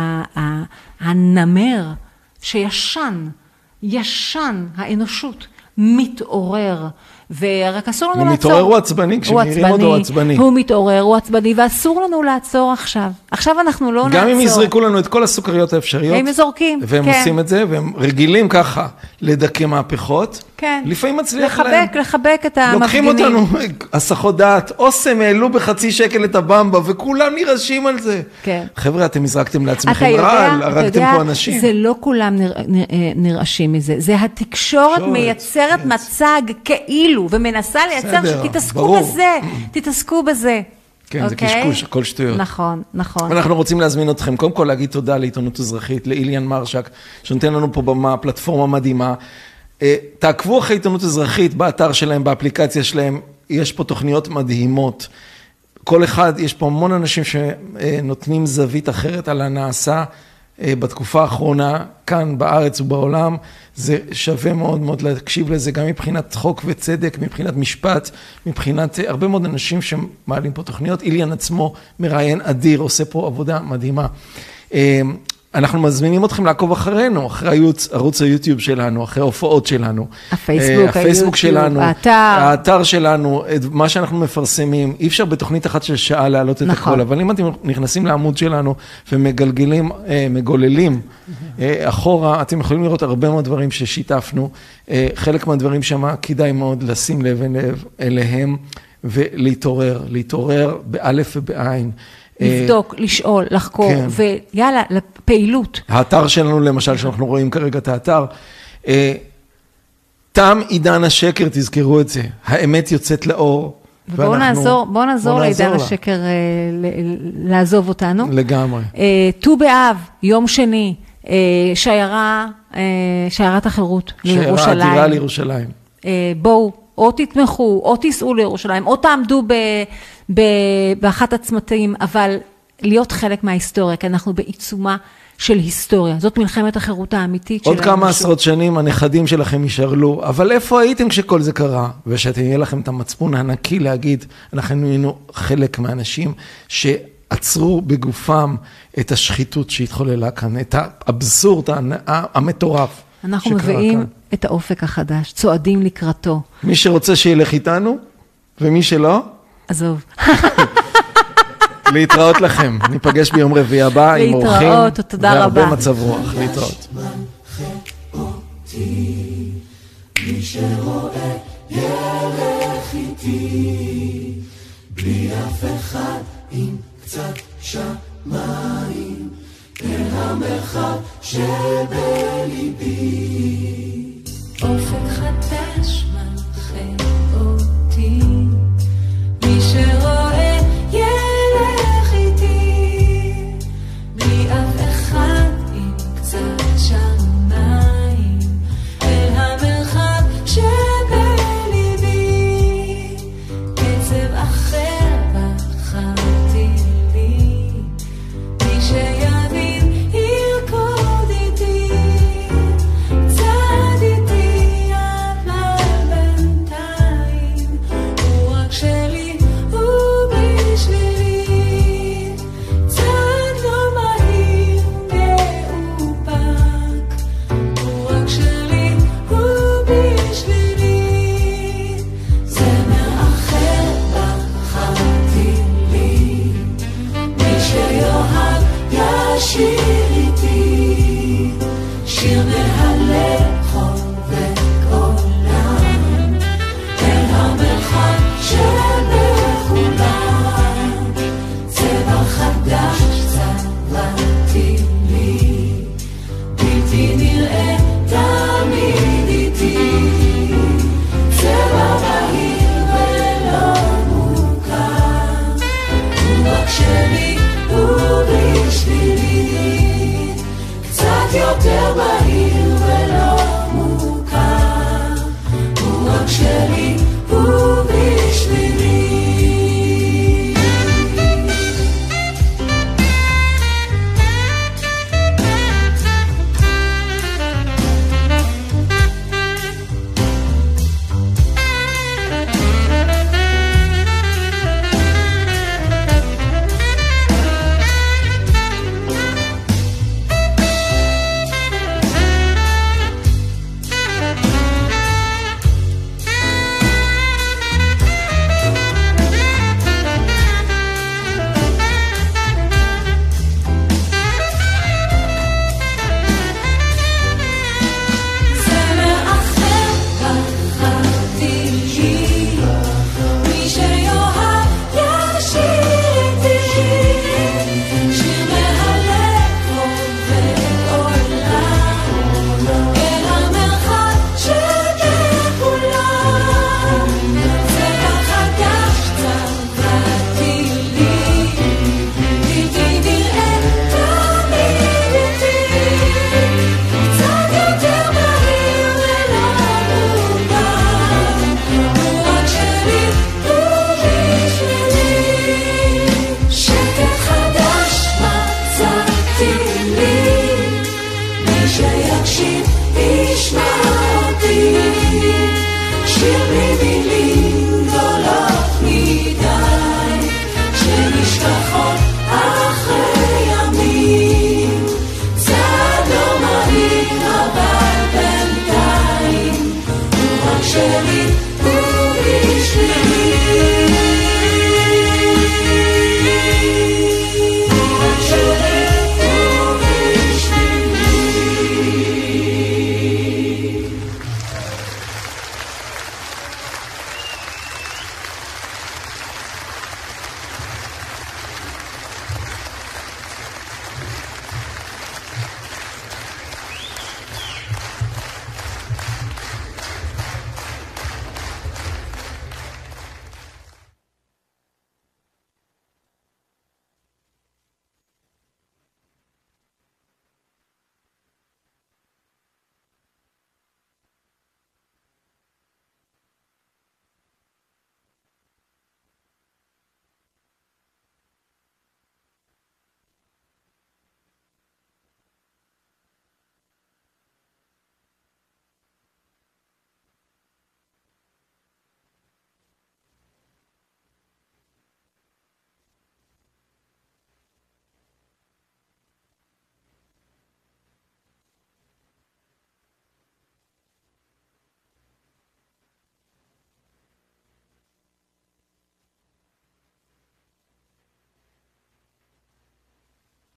שהנמר שישן, ישן האנושות, מתעורר, ורק אסור לנו הוא לעצור. הוא מתעורר, הוא עצבני, כשמהירים אותו הוא עצבני. הוא מתעורר, הוא עצבני, ואסור לנו לעצור עכשיו. עכשיו אנחנו לא נעצור. גם אם יזרקו לנו את כל הסוכריות האפשריות. הם זורקים, והם כן. עושים את זה, והם רגילים ככה לדכא מהפכות. כן. לפעמים מצליח לחבק, להם. לחבק את המפגינים. לוקחים אותנו, הסחות דעת, אוסם העלו בחצי שקל את הבמבה, וכולם נרשים על זה. כן. חבר'ה, אתם הזרקתם לעצמכם רעל, הרגתם פה אנשים. זה לא כולם נר, נר, נרעשים מזה. זה התקשורת שורט, מייצרת yes. מצג כאילו, ומנסה לייצר שתתעסקו ברור. בזה, תתעסקו בזה. כן, okay? זה קשקוש, הכל שטויות. נכון, נכון. אנחנו רוצים להזמין אתכם, קודם כל להגיד תודה לעיתונות אזרחית, לאיליאן מרשק, שנותן לנו פה במה, פלטפורמה מדהימה. תעקבו אחרי עיתונות אזרחית, באתר שלהם, באפליקציה שלהם, יש פה תוכניות מדהימות. כל אחד, יש פה המון אנשים שנותנים זווית אחרת על הנעשה בתקופה האחרונה, כאן בארץ ובעולם. זה שווה מאוד מאוד להקשיב לזה, גם מבחינת חוק וצדק, מבחינת משפט, מבחינת הרבה מאוד אנשים שמעלים פה תוכניות. איליאן עצמו מראיין אדיר, עושה פה עבודה מדהימה. אנחנו מזמינים אתכם לעקוב אחרינו, אחרי ערוץ היוטיוב שלנו, אחרי ההופעות שלנו. הפייסבוק, הפייסבוק שלנו, האתר. האתר שלנו, מה שאנחנו מפרסמים. אי אפשר בתוכנית אחת של שעה להעלות את הכל, אבל אם אתם נכנסים לעמוד שלנו ומגלגלים, מגוללים אחורה, אתם יכולים לראות הרבה מאוד דברים ששיתפנו. חלק מהדברים שמה כדאי מאוד לשים לב אליהם ולהתעורר, להתעורר באלף ובעין. לבדוק, לשאול, לחקור, כן. ויאללה, לפעילות. האתר שלנו, למשל, שאנחנו רואים כרגע את האתר, תם עידן השקר, תזכרו את זה. האמת יוצאת לאור. ובואו נעזור, בואו נעזור לעידן השקר לעזוב אותנו. לגמרי. ט"ו באב, יום שני, שיירה, שיירת החירות לירושלים. שיירה אדירה לירושלים. בואו, או תתמכו, או תיסעו לירושלים, או תעמדו ב... באחת הצמתים, אבל להיות חלק מההיסטוריה, כי אנחנו בעיצומה של היסטוריה. זאת מלחמת החירות האמיתית שלנו. עוד כמה עשרות שנים הנכדים שלכם יישארו, אבל איפה הייתם כשכל זה קרה? ושאתם יהיה לכם את המצפון הענקי להגיד, אנחנו היינו חלק מהאנשים שעצרו בגופם את השחיתות שהתחוללה כאן, את האבסורד המטורף. אנחנו מביאים כאן. את האופק החדש, צועדים לקראתו. מי שרוצה שילך איתנו, ומי שלא, עזוב. להתראות לכם. ניפגש ביום רביעי הבא עם אורחים. להתראות, תודה רבה. והרבה מצב רוח. להתראות. מי שרואה ילך איתי, בלי אף אחד עם קצת שם. שבליבי. אופק חדש מנחה אותי, מי שרואה ילך איתי, בלי אף אחד עם קצת שמיים, אל המרחב שבליבי, קצב אחר בחרתי לי, מי שיבין ירקוד איתי, צעד איתי אבל בינתיים, הוא רק שלי, הוא בשבילי, צעד לא מהיר מאופק, הוא רק שלי, הוא בשבילי, זמר אחר בחרתי לי, מי שיאהב ישיר איתי, שיר מהלב חובק עולם, אל המרחב שבכולם, צבע חדש צבעתי לי, בלתי נראה תמיד איתי, צבע בהיר ולא מוכר, הוא רק שלי, הוא בשבילי, קצת יותר בהיר ולא מוכר, הוא רק שלי, הוא בשבילי. זמר אחר בחרתי לי, מי שיאהב ישיר איתי, שיר מהלב חובק עולם, אל המרחב שבכולם, צבע חדש צבעתי לי, בלתי נראה תמיד איתי, קצת יותר מהיר ולא מוכר, הוא רק שלי, הוא בשבילי, שקט חדש מצאתי לי, מי שיקשיב ישמע אותי, שיר בלי מילים גדולות מדי, שנשכחות אחרי ימים, צעד לא מהיר אבל בינתיים, הוא רק שלי, הוא בשבילי.